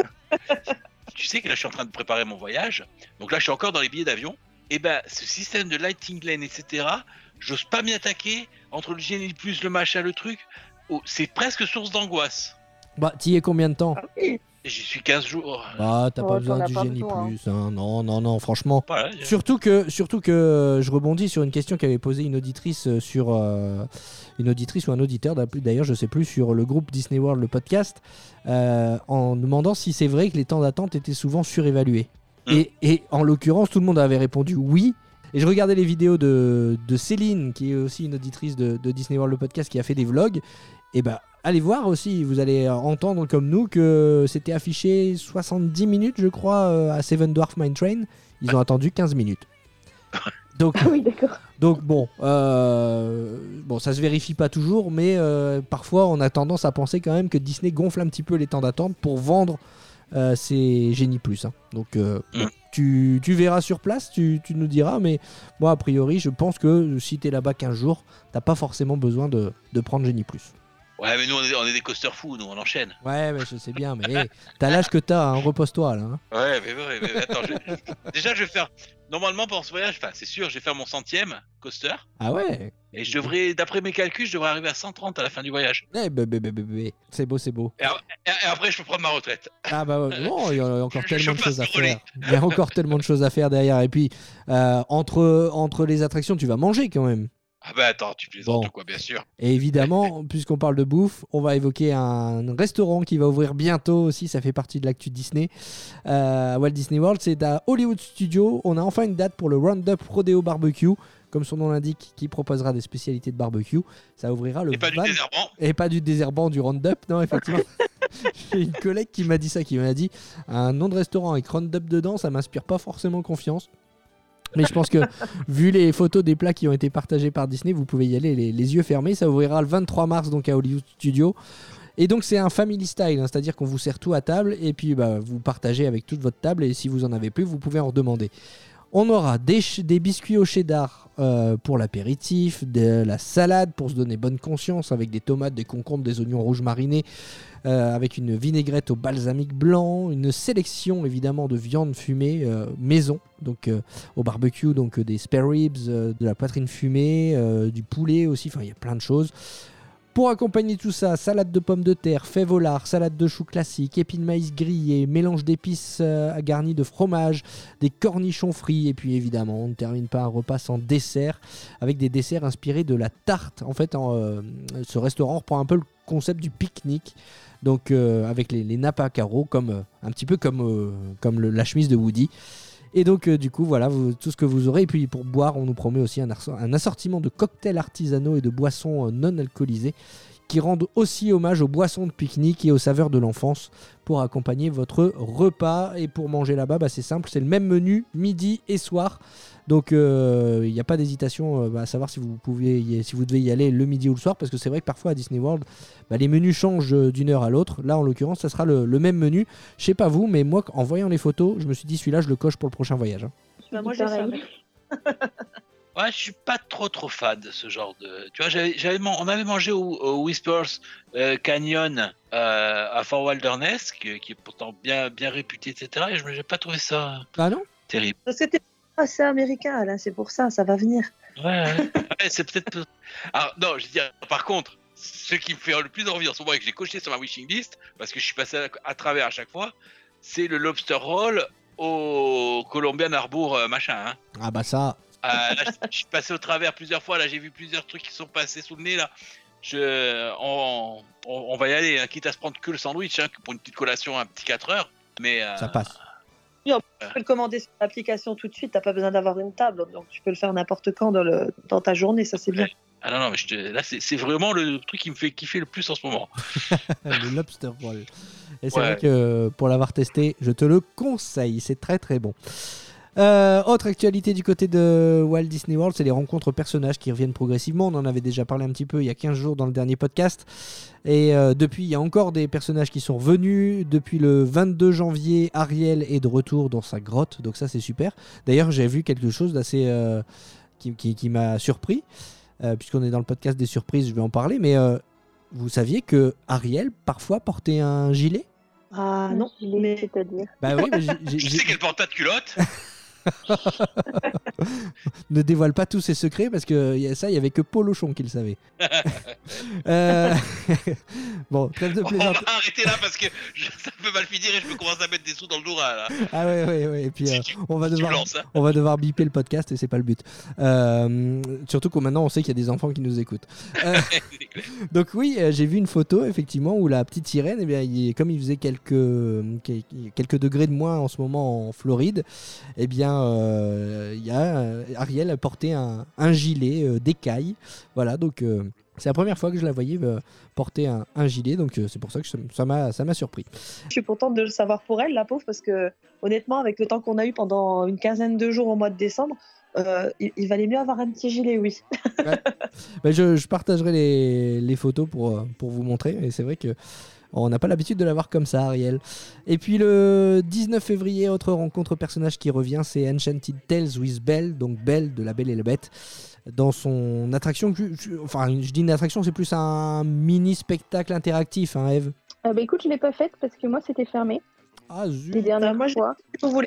tu sais que là, je suis en train de préparer mon voyage. Donc là, je suis encore dans les billets d'avion. Et ben, ce système de Lighting Lane, et cetera, j'ose pas m'y attaquer entre le Genie Plus, le machin, le truc. Oh, c'est presque source d'angoisse. Bah, t'y es combien de temps? Ah oui. Et j'y suis quinze jours. Bah, t'as Oh, pas t'en besoin as du pas Génie besoin, Plus. Hein. Non, non, non, franchement. Voilà. Surtout que, surtout que je rebondis sur une question qu'avait posée une auditrice euh, sur euh, une auditrice ou un auditeur d'ailleurs je sais plus sur le groupe Disney World le podcast euh, en demandant si c'est vrai que les temps d'attente étaient souvent surévalués. Mm. Et, et en l'occurrence tout le monde avait répondu oui. Et je regardais les vidéos de, de Céline qui est aussi une auditrice de, de Disney World le podcast qui a fait des vlogs. Et bah allez voir aussi, vous allez entendre comme nous que c'était affiché soixante-dix minutes je crois euh, à Seven Dwarf Mine Train. Ils ont attendu quinze minutes. Donc, Ah oui, d'accord. donc bon, euh, bon, ça se vérifie pas toujours, mais euh, parfois on a tendance à penser quand même que Disney gonfle un petit peu les temps d'attente pour vendre euh, c'est Genie Plus. Hein. Donc euh, Mm. tu, tu verras sur place, tu, tu nous diras, mais moi a priori je pense que si tu es là-bas quinze jours, t'as pas forcément besoin de, de prendre Genie Plus. Ouais, mais nous, on est, on est des coasters fous, nous, on enchaîne. Ouais, mais je sais bien, mais hey, t'as l'âge que t'as, hein, repose-toi là. Hein. Ouais, mais, ouais, mais attends, je- je- déjà, je vais faire. Normalement, pendant ce voyage, enfin, c'est sûr, je vais faire mon centième coaster. Ah ouais. Et je devrais, d'après mes calculs, je devrais arriver à cent trente à la fin du voyage. Eh, bah, bah, bah, bah, bah, c'est beau, c'est beau. Et, a- et- et après, je peux prendre ma retraite. Ah bah ouais, bon, il y a encore Je- tellement je de choses à passe le relais. faire. Il y a encore tellement de choses à faire derrière. Et puis, euh, entre, entre les attractions, tu vas manger quand même. Ah bah attends, tu plaisantes Bon. ou quoi, bien sûr. Et évidemment, puisqu'on parle de bouffe, on va évoquer un restaurant qui va ouvrir bientôt aussi. Ça fait partie de l'actu Disney. Euh, à Walt Disney World, c'est à Hollywood Studios. On a enfin une date pour le Roundup Rodeo Barbecue. Comme son nom l'indique, qui proposera des spécialités de barbecue. Ça ouvrira le Et pas du vingt désherbant. Et pas du désherbant du Roundup, non, effectivement. J'ai une collègue qui m'a dit ça, qui m'a dit un nom de restaurant avec Roundup dedans, ça m'inspire pas forcément confiance. Mais je pense que, vu les photos des plats qui ont été partagés par Disney, vous pouvez y aller les, les yeux fermés. Ça ouvrira le vingt-trois mars donc à Hollywood Studios. Et donc, c'est un family style, hein, c'est-à-dire qu'on vous sert tout à table et puis bah, vous partagez avec toute votre table. Et si vous en avez plus, vous pouvez en redemander. On aura des, ch- des biscuits au cheddar euh, pour l'apéritif, de la salade pour se donner bonne conscience avec des tomates, des concombres, des oignons rouges marinés, euh, avec une vinaigrette au balsamique blanc, une sélection évidemment de viande fumée euh, maison, donc euh, au barbecue, donc euh, des spare ribs, euh, de la poitrine fumée, euh, du poulet aussi, enfin il y a plein de choses. Pour accompagner tout ça, salade de pommes de terre, fèves au lard, salade de choux classique, épis de maïs grillés, mélange d'épices euh, garni de fromage, des cornichons frits et puis évidemment on ne termine pas un repas sans dessert avec des desserts inspirés de la tarte. En fait, en, euh, ce restaurant reprend un peu le concept du pique-nique, donc euh, avec les, les nappes à carreaux, comme, euh, un petit peu comme, euh, comme le- la chemise de Woody. Et donc, euh, du coup, voilà vous- tout ce que vous aurez. Et puis, pour boire, on nous promet aussi un, arso- un assortiment de cocktails artisanaux et de boissons euh, non alcoolisées qui rendent aussi hommage aux boissons de pique-nique et aux saveurs de l'enfance pour accompagner votre repas. Et pour manger là-bas, bah, c'est simple, c'est le même menu midi et soir. Donc, euh, il n'y a pas d'hésitation euh, bah, à savoir si vous, pouvez y- si vous devez y aller le midi ou le soir, parce que c'est vrai que parfois à Disney World, bah, les menus changent euh, d'une heure à l'autre. Là, en l'occurrence, ça sera le, le même menu. Je sais pas vous, mais moi, en voyant les photos, je me suis dit celui-là, je le coche pour le prochain voyage. Hein. Bah, moi, j'ai Pareil. faim. Ouais, je suis pas trop trop fan de ce genre de. Tu vois, j'avais, j'avais man- on avait mangé au, au Whispers euh, Canyon euh, à Fort Wilderness, qui, qui est pourtant bien bien réputé, et cetera. Et je n'ai pas trouvé ça Ah non? terrible. Parce que t'es pas assez américain, Alain, c'est pour ça, ça va venir. Ouais, ouais. Ouais, c'est peut-être. Alors non, je veux dire, par contre, ce qui me fait le plus envie en ce moment et que j'ai coché sur ma wishing list, parce que je suis passé à, à travers à chaque fois, c'est le lobster roll au Colombian Harbour euh, machin. Hein. Ah bah ça, Euh, là, je- je suis passé au travers plusieurs fois. Là, j'ai vu plusieurs trucs qui sont passés sous le nez. Là, je, on, on, on va y aller, hein, quitte à se prendre que le sandwich, hein, que pour une petite collation, un petit quatre heures. Mais euh, ça passe. Tu peux le commander sur l'application tout de suite, t'as pas besoin d'avoir une table, donc tu peux le faire n'importe quand dans, le, dans ta journée, ça c'est bien. ah non, non, mais je te, là, c'est, c'est vraiment le truc qui me fait kiffer le plus en ce moment. Le lobster roll. Et c'est Ouais. vrai que pour l'avoir testé, je te le conseille. C'est très très bon. Euh, autre actualité du côté de Walt Disney World, c'est les rencontres personnages qui reviennent progressivement. On en avait déjà parlé un petit peu il y a quinze jours dans le dernier podcast. Et euh, depuis, il y a encore des personnages qui sont revenus. Depuis le vingt-deux janvier, Ariel est de retour dans sa grotte. Donc ça, c'est super. D'ailleurs, j'ai vu quelque chose d'assez euh, qui, qui- qui m'a surpris. Euh, puisqu'on est dans le podcast des surprises, je vais en parler. Mais euh, vous saviez que Ariel, parfois, portait un gilet? Ah non, Je l'ai, mais c'est-à-dire. Bah oui, mais j'ai- j'ai- Je j'ai- sais qu'elle porte pas de culotte. ne dévoile pas tous ses secrets parce que y a ça, il y avait que Polochon qui le savait. Euh, bon, trêve de On va plaisanterie. arrêter là parce que je- ça peut mal finir et je peux commencer à mettre des sous dans le Doura là. Ah ouais, ouais, ouais. Et puis Si euh, tu- on va si tu devoir, lances, hein. on va devoir biper le podcast et c'est pas le but. Euh, surtout que maintenant on sait qu'il y a des enfants qui nous écoutent. Euh, C'est clair. donc oui, euh, j'ai vu une photo effectivement où la petite sirène, eh bien, il- comme il faisait quelques quel- quelques degrés de moins en ce moment en Floride, eh bien, euh, il y a euh, Ariel a porté un, un gilet euh, d'écaille. Voilà, donc euh, c'est la première fois que je la voyais euh, porter un, un gilet, donc euh, c'est pour ça que ça ça m'a ça m'a surpris. je suis contente de le savoir pour elle, la pauvre, parce que honnêtement, avec le temps qu'on a eu pendant une quinzaine de jours au mois de décembre, euh, il, il valait mieux avoir un petit gilet, oui. Ben, je, je partagerai les, les photos pour, euh, pour vous montrer. Et c'est vrai que On n'a pas l'habitude de la voir comme ça, Ariel. Et puis le dix-neuf février, autre rencontre personnage qui revient, c'est Enchanted Tales with Belle, donc Belle de La Belle et la Bête, dans son attraction, enfin je dis une attraction, c'est plus un mini spectacle interactif, hein, Eve. Euh, bah écoute, je l'ai pas faite parce que moi c'était fermé. Ah zut. Les dernières Euh, moi, j'ai- fois. Si vous voulez.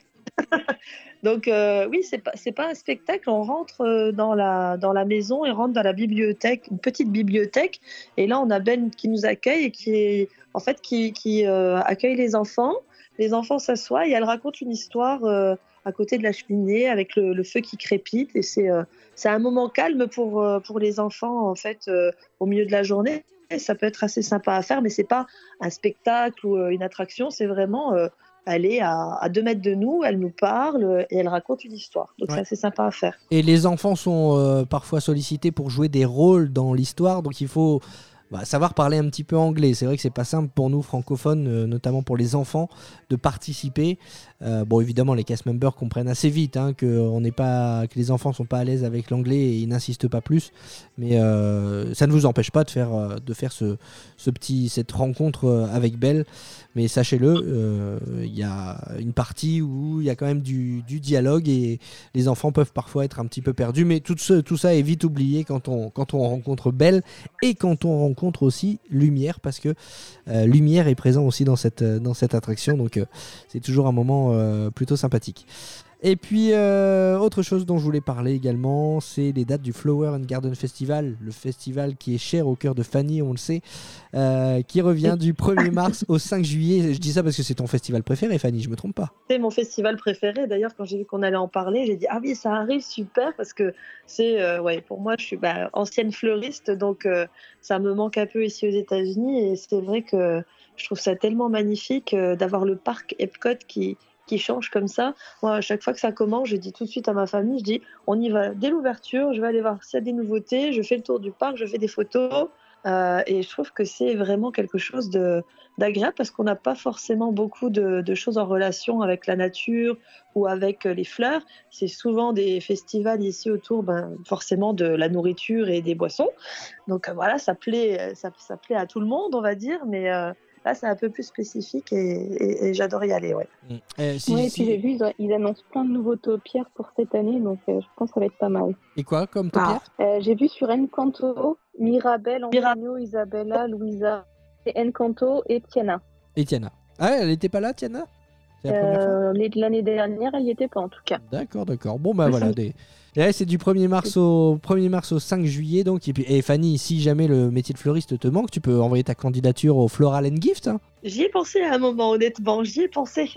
Donc euh, oui, c'est pas c'est pas un spectacle. On rentre euh, dans la dans la maison et rentre dans la bibliothèque, une petite bibliothèque. Et là, on a Ben qui nous accueille et qui est en fait qui qui euh, accueille les enfants. Les enfants s'assoient et elle raconte une histoire euh, à côté de la cheminée avec le, le feu qui crépite. Et c'est euh, c'est un moment calme pour euh, pour les enfants en fait euh, au milieu de la journée. Et ça peut être assez sympa à faire, mais c'est pas un spectacle ou euh, une attraction. C'est vraiment euh, elle est à, à deux mètres de nous, elle nous parle et elle raconte une histoire. Donc Ouais. c'est assez sympa à faire. Et les enfants sont euh, parfois sollicités pour jouer des rôles dans l'histoire, donc il faut bah, savoir parler un petit peu anglais. C'est vrai que c'est pas simple pour nous francophones, euh, notamment pour les enfants, de participer. Euh, bon, évidemment, les cast members comprennent assez vite hein, que, on n'est pas, que les enfants sont pas à l'aise avec l'anglais et ils n'insistent pas plus. Mais euh, ça ne vous empêche pas de faire, euh, de faire ce, ce petit, cette rencontre euh, avec Belle. Mais sachez-le, euh, il y a une partie où il y a quand même du, du dialogue et les enfants peuvent parfois être un petit peu perdus. Mais tout, ce, tout ça est vite oublié quand on, quand on rencontre Belle et quand on rencontre aussi Lumière, parce que euh, Lumière est présent aussi dans cette, dans cette attraction. Donc euh, c'est toujours un moment euh, plutôt sympathique. Et puis, euh, autre chose dont je voulais parler également, c'est les dates du Flower and Garden Festival, le festival qui est cher au cœur de Fanny, on le sait, euh, qui revient du premier mars au cinq juillet. Je dis ça parce que c'est ton festival préféré, Fanny, je me trompe pas. C'est mon festival préféré. D'ailleurs, quand j'ai vu qu'on allait en parler, j'ai dit ah oui, ça arrive, super, parce que c'est euh, ouais, pour moi, je suis bah, ancienne fleuriste, donc euh, ça me manque un peu ici aux États-Unis, et c'est vrai que je trouve ça tellement magnifique euh, d'avoir le parc Epcot qui qui change comme ça. Moi, à chaque fois que ça commence, je dis tout de suite à ma famille, je dis on y va dès l'ouverture, je vais aller voir s'il y a des nouveautés, je fais le tour du parc, je fais des photos. Euh, et je trouve que c'est vraiment quelque chose de, d'agréable parce qu'on n'a pas forcément beaucoup de, de choses en relation avec la nature ou avec les fleurs. C'est souvent des festivals ici autour, ben, forcément de la nourriture et des boissons. Donc euh, voilà, ça plaît, ça, ça plaît à tout le monde, on va dire, mais euh, là, c'est un peu plus spécifique et, et, et j'adore y aller. Ouais. Mmh. Euh, si, Oui, et si... puis j'ai vu, ils, ils annoncent plein de nouveaux topiaires pour cette année, donc euh, je pense que ça va être pas mal. Et quoi, comme topière ah. euh, J'ai vu sur Encanto, Mirabelle, Antonio, Isabella, Louisa, et Encanto et Tiana. Et Tiana. Ah, elle n'était pas là, Tiana? C'est la première euh, fois l'année dernière, elle n'y était pas en tout cas. D'accord, d'accord. Bon, bah voilà. Des... Là, c'est du premier mars au premier mars au cinq juillet, donc. Et puis, et Fanny, si jamais le métier de fleuriste te manque, tu peux envoyer ta candidature au Floral and Gift. Hein. J'y ai pensé à un moment, honnêtement, j'y ai pensé.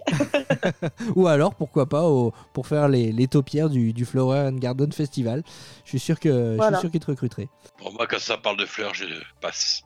Ou alors, pourquoi pas, au... pour faire les, les taupières du, du Flower and Garden Festival. Je suis sûr que voilà. Je suis sûr qu'ils te recruteraient. Pour moi, quand ça parle de fleurs, je passe.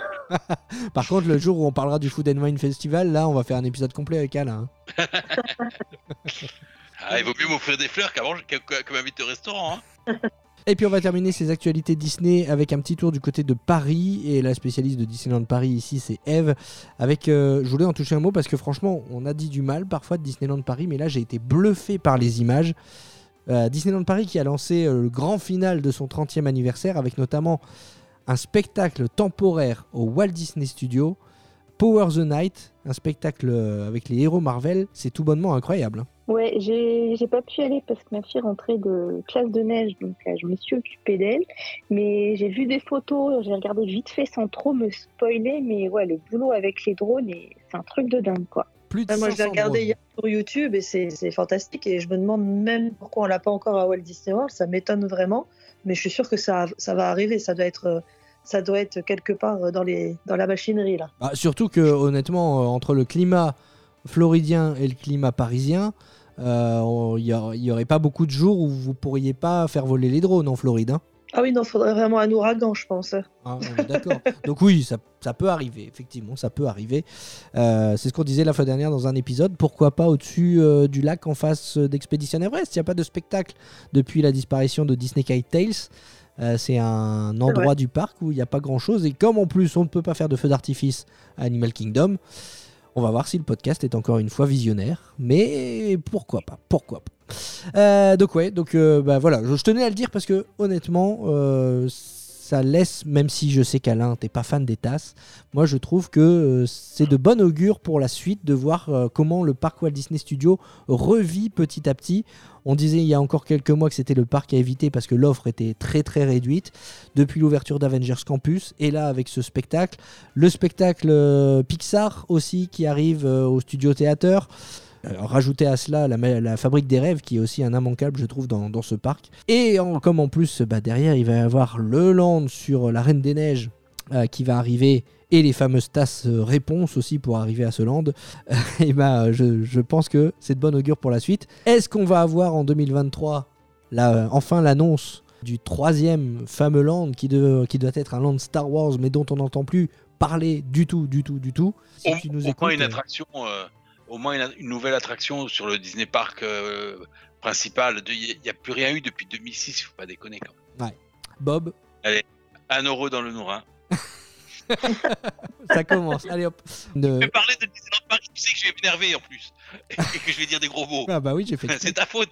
Par contre, le jour où on parlera du Food and Wine Festival, là, on va faire un épisode complet avec Alain. Hein. Ah, il vaut mieux m'offrir des fleurs qu'avant que, que, que m'inviter au restaurant. Hein. Et puis on va terminer ces actualités Disney avec un petit tour du côté de Paris. Et la spécialiste de Disneyland Paris ici, c'est Eve. Avec, euh, je voulais en toucher un mot parce que franchement, on a dit du mal parfois de Disneyland Paris, mais là j'ai été bluffé par les images. Euh, Disneyland Paris qui a lancé euh, le grand final de son trentième anniversaire avec notamment un spectacle temporaire au Walt Disney Studios, Power the Night, un spectacle avec les héros Marvel. C'est tout bonnement incroyable. Ouais, j'ai, j'ai pas pu aller parce que ma fille rentrait de classe de neige, donc euh, je me suis occupée d'elle. Mais j'ai vu des photos, j'ai regardé vite fait sans trop me spoiler, mais ouais, le boulot avec les drones, et c'est un truc de dingue, quoi. Plus de ouais, moi, je l'ai regardé hier sur YouTube et c'est, c'est fantastique. Et je me demande même pourquoi on l'a pas encore à Walt Disney World. Ça m'étonne vraiment, mais je suis sûre que ça, ça va arriver. Ça doit être, ça doit être quelque part dans les, dans la machinerie là. Ah, surtout que honnêtement, euh, entre le climat floridien et le climat parisien. Il euh, n'y aurait pas beaucoup de jours où vous pourriez pas faire voler les drones en Floride. Hein. Ah oui, non, il faudrait vraiment un ouragan, je pense. Ah, on est d'accord. Donc oui, ça, ça peut arriver, effectivement, ça peut arriver. Euh, c'est ce qu'on disait la fois dernière dans un épisode. Pourquoi pas au-dessus euh, du lac en face d'Expedition Everest? Il n'y a pas de spectacle depuis la disparition de Disney Kite Tales. Euh, c'est un endroit c'est du parc où il n'y a pas grand-chose. Et comme en plus, on ne peut pas faire de feu d'artifice à Animal Kingdom, on va voir si le podcast est encore une fois visionnaire, mais pourquoi pas, pourquoi pas. Euh, donc ouais, donc euh, bah voilà, je, je tenais à le dire parce que honnêtement, euh, ça laisse, même si je sais qu'Alain, t'es pas fan des tasses, moi je trouve que euh, c'est de bon augure pour la suite de voir euh, comment le parc Walt Disney Studios revit petit à petit. On disait il y a encore quelques mois que c'était le parc à éviter parce que l'offre était très très réduite depuis l'ouverture d'Avengers Campus, et là avec ce spectacle, le spectacle euh, Pixar aussi qui arrive euh, au Studio Theater. Alors, rajoutez à cela la, la Fabrique des Rêves qui est aussi un immanquable je trouve dans, dans ce parc, et en, comme en plus bah, derrière il va y avoir le land sur la Reine des Neiges euh, qui va arriver, et les fameuses tasses euh, réponses aussi pour arriver à ce land, euh, et bah, je, je pense que c'est de bon augure pour la suite. Est-ce qu'on va avoir en deux mille vingt-trois la, enfin l'annonce du troisième fameux land qui, de, qui doit être un land Star Wars mais dont on n'entend plus parler du tout du tout du tout si au, tu nous au écoutes, moins une euh, attraction euh... au moins une, une nouvelle attraction sur le Disney Park euh, principal. Il n'y a plus rien eu depuis deux mille six, il ne faut pas déconner quand même. Ouais. Bob. Allez, un euro dans le Nourin. Ça commence, allez hop. Je vais parler de Disneyland Paris, tu sais que je vais m'énerver en plus. Et que je vais dire des gros mots. Ah bah oui, j'ai fait. C'est ta faute.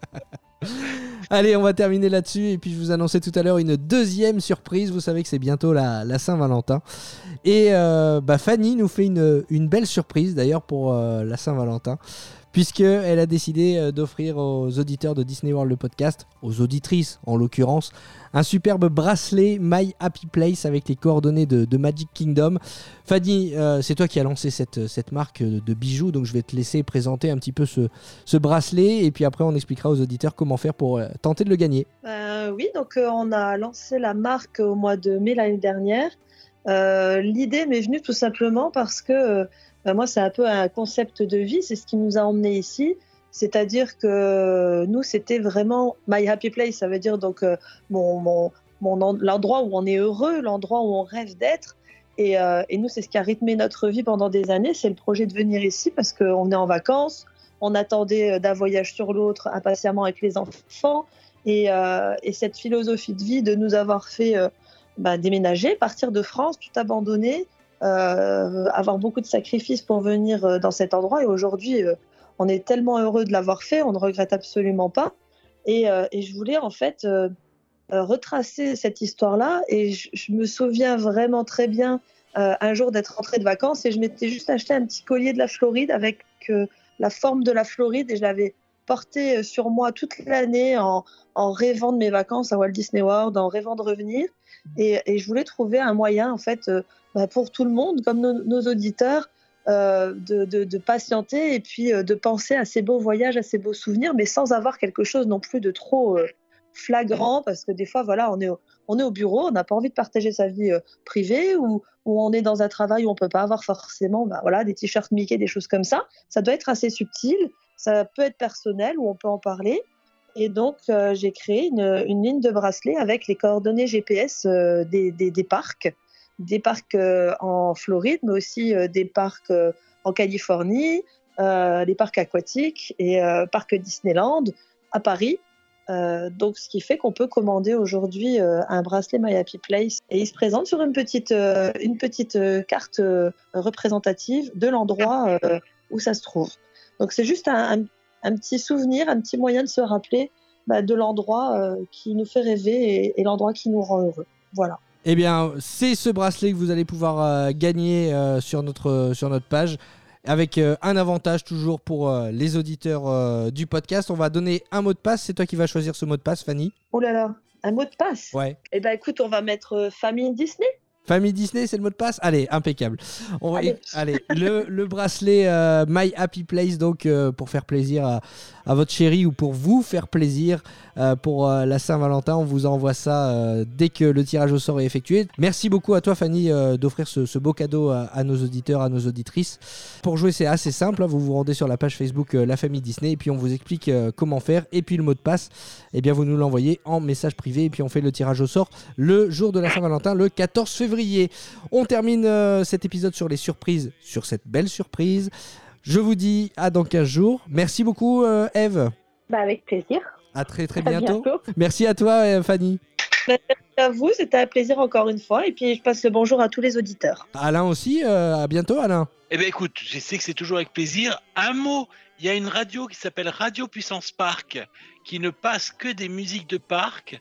Allez, on va terminer là-dessus, et puis je vous annonçais tout à l'heure une deuxième surprise. Vous savez que c'est bientôt la, la Saint-Valentin, et euh, bah Fanny nous fait une, une belle surprise d'ailleurs pour euh, la Saint-Valentin, puisqu'elle a décidé euh, d'offrir aux auditeurs de Disney World le podcast, aux auditrices en l'occurrence, un superbe bracelet My Happy Place avec les coordonnées de, de Magic Kingdom. Fanny, euh, c'est toi qui as lancé cette, cette marque de, de bijoux, donc je vais te laisser présenter un petit peu ce, ce bracelet, et puis après on expliquera aux auditeurs comment faire pour euh, tenter de le gagner. Euh, oui, donc euh, on a lancé la marque au mois de mai l'année dernière. Euh, l'idée m'est venue tout simplement parce que euh, bah, moi c'est un peu un concept de vie, c'est ce qui nous a emmenés ici. C'est-à-dire que nous, c'était vraiment My Happy Place, ça veut dire donc euh, mon, mon, mon, l'endroit où on est heureux, l'endroit où on rêve d'être. Et, euh, et nous, c'est ce qui a rythmé notre vie pendant des années, c'est le projet de venir ici parce qu'on est en vacances, on attendait d'un voyage sur l'autre impatiemment avec les enfants. Et, euh, et cette philosophie de vie de nous avoir fait euh, bah, déménager, partir de France, tout abandonner, euh, avoir beaucoup de sacrifices pour venir euh, dans cet endroit. Et aujourd'hui, euh, on est tellement heureux de l'avoir fait, on ne regrette absolument pas. Et, euh, et je voulais en fait euh, euh, retracer cette histoire-là. Et je, je me souviens vraiment très bien euh, un jour d'être rentrée de vacances et je m'étais juste acheté un petit collier de la Floride avec euh, la forme de la Floride, et je l'avais porté sur moi toute l'année en, en rêvant de mes vacances à Walt Disney World, en rêvant de revenir. Et, et je voulais trouver un moyen en fait euh, bah, pour tout le monde, comme nos, nos auditeurs, Euh, de, de, de patienter et puis euh, de penser à ces beaux voyages, à ces beaux souvenirs, mais sans avoir quelque chose non plus de trop euh, flagrant, parce que des fois, voilà, on est au, on est au bureau, on n'a pas envie de partager sa vie euh, privée, ou, ou on est dans un travail où on ne peut pas avoir forcément bah, voilà, des t-shirts Mickey, des choses comme ça. Ça doit être assez subtil, ça peut être personnel, où on peut en parler. Et donc, euh, j'ai créé une, une ligne de bracelet avec les coordonnées G P S euh, des, des, des parcs, des parcs euh, en Floride, mais aussi euh, des parcs euh, en Californie, euh, des parcs aquatiques et euh, parcs Disneyland à Paris. Euh, donc, ce qui fait qu'on peut commander aujourd'hui euh, un bracelet My Happy Place, et il se présente sur une petite, euh, une petite euh, carte euh, représentative de l'endroit euh, où ça se trouve. Donc, c'est juste un, un, un petit souvenir, un petit moyen de se rappeler bah, de l'endroit euh, qui nous fait rêver et, et l'endroit qui nous rend heureux. Voilà. Eh bien, c'est ce bracelet que vous allez pouvoir euh, gagner euh, sur, notre, sur notre page, avec euh, un avantage toujours pour euh, les auditeurs euh, du podcast. On va donner un mot de passe. C'est toi qui vas choisir ce mot de passe, Fanny. Oh là là, un mot de passe. Ouais. Eh bien, écoute, on va mettre euh, famille Disney. Famille Disney, c'est le mot de passe. Allez, impeccable. On va... Allez. Allez, le, le bracelet euh, My Happy Place, donc euh, pour faire plaisir à, à votre chérie ou pour vous faire plaisir euh, pour euh, la Saint-Valentin. On vous envoie ça euh, dès que le tirage au sort est effectué. Merci beaucoup à toi, Fanny, euh, d'offrir ce, ce beau cadeau à, à nos auditeurs, à nos auditrices. Pour jouer, c'est assez simple. Hein. Vous vous rendez sur la page Facebook euh, La Famille Disney, et puis on vous explique euh, comment faire. Et puis le mot de passe, eh bien, vous nous l'envoyez en message privé, et puis on fait le tirage au sort le jour de la Saint-Valentin, le quatorze février. On termine euh, cet épisode sur les surprises, sur cette belle surprise. Je vous dis à dans quinze jours. Merci beaucoup, euh, Eve. Bah, avec plaisir. À très très À bientôt. bientôt. Merci à toi, euh, Fanny. Merci à vous, c'était un plaisir encore une fois. Et puis, je passe le bonjour à tous les auditeurs. Alain aussi, euh, à bientôt, Alain. Eh bien, écoute, je sais que c'est toujours avec plaisir. Un mot, il y a une radio qui s'appelle Radio Puissance Park, qui ne passe que des musiques de parc.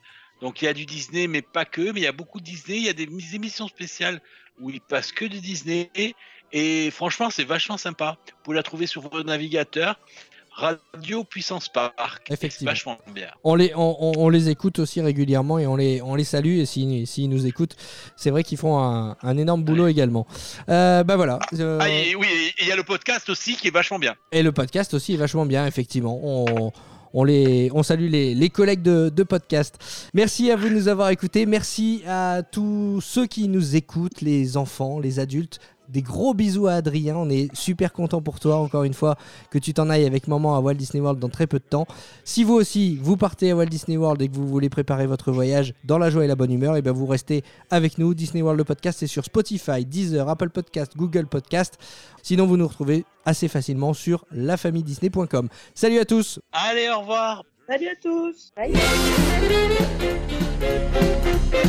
Donc il y a du Disney, mais pas que. Mais il y a beaucoup de Disney. Il y a des émissions spéciales où ils passent que de Disney. Et franchement, c'est vachement sympa. Vous pouvez la trouver sur votre navigateur. Radio Puissance Park. Effectivement. C'est vachement bien. On les, on, on, on les écoute aussi régulièrement et on les, on les salue. Et s'ils si, si nous écoutent, c'est vrai qu'ils font un, un énorme boulot ouais. également. Euh, bah voilà. Euh... Ah, et, oui, il y a le podcast aussi qui est vachement bien. Et le podcast aussi est vachement bien, effectivement. On, on, les, on salue les, les collègues de, de podcast. Merci à vous de nous avoir écoutés. Merci à tous ceux qui nous écoutent, les enfants, les adultes. Des gros bisous à Adrien, on est super content pour toi encore une fois que tu t'en ailles avec maman à Walt Disney World dans très peu de temps. Si vous aussi vous partez à Walt Disney World et que vous voulez préparer votre voyage dans la joie et la bonne humeur, et bien vous restez avec nous. Disney World le podcast, c'est sur Spotify, Deezer, Apple Podcast, Google Podcast. Sinon vous nous retrouvez assez facilement sur la famille disney point com. Salut à tous. Allez, au revoir. Salut à tous. Bye.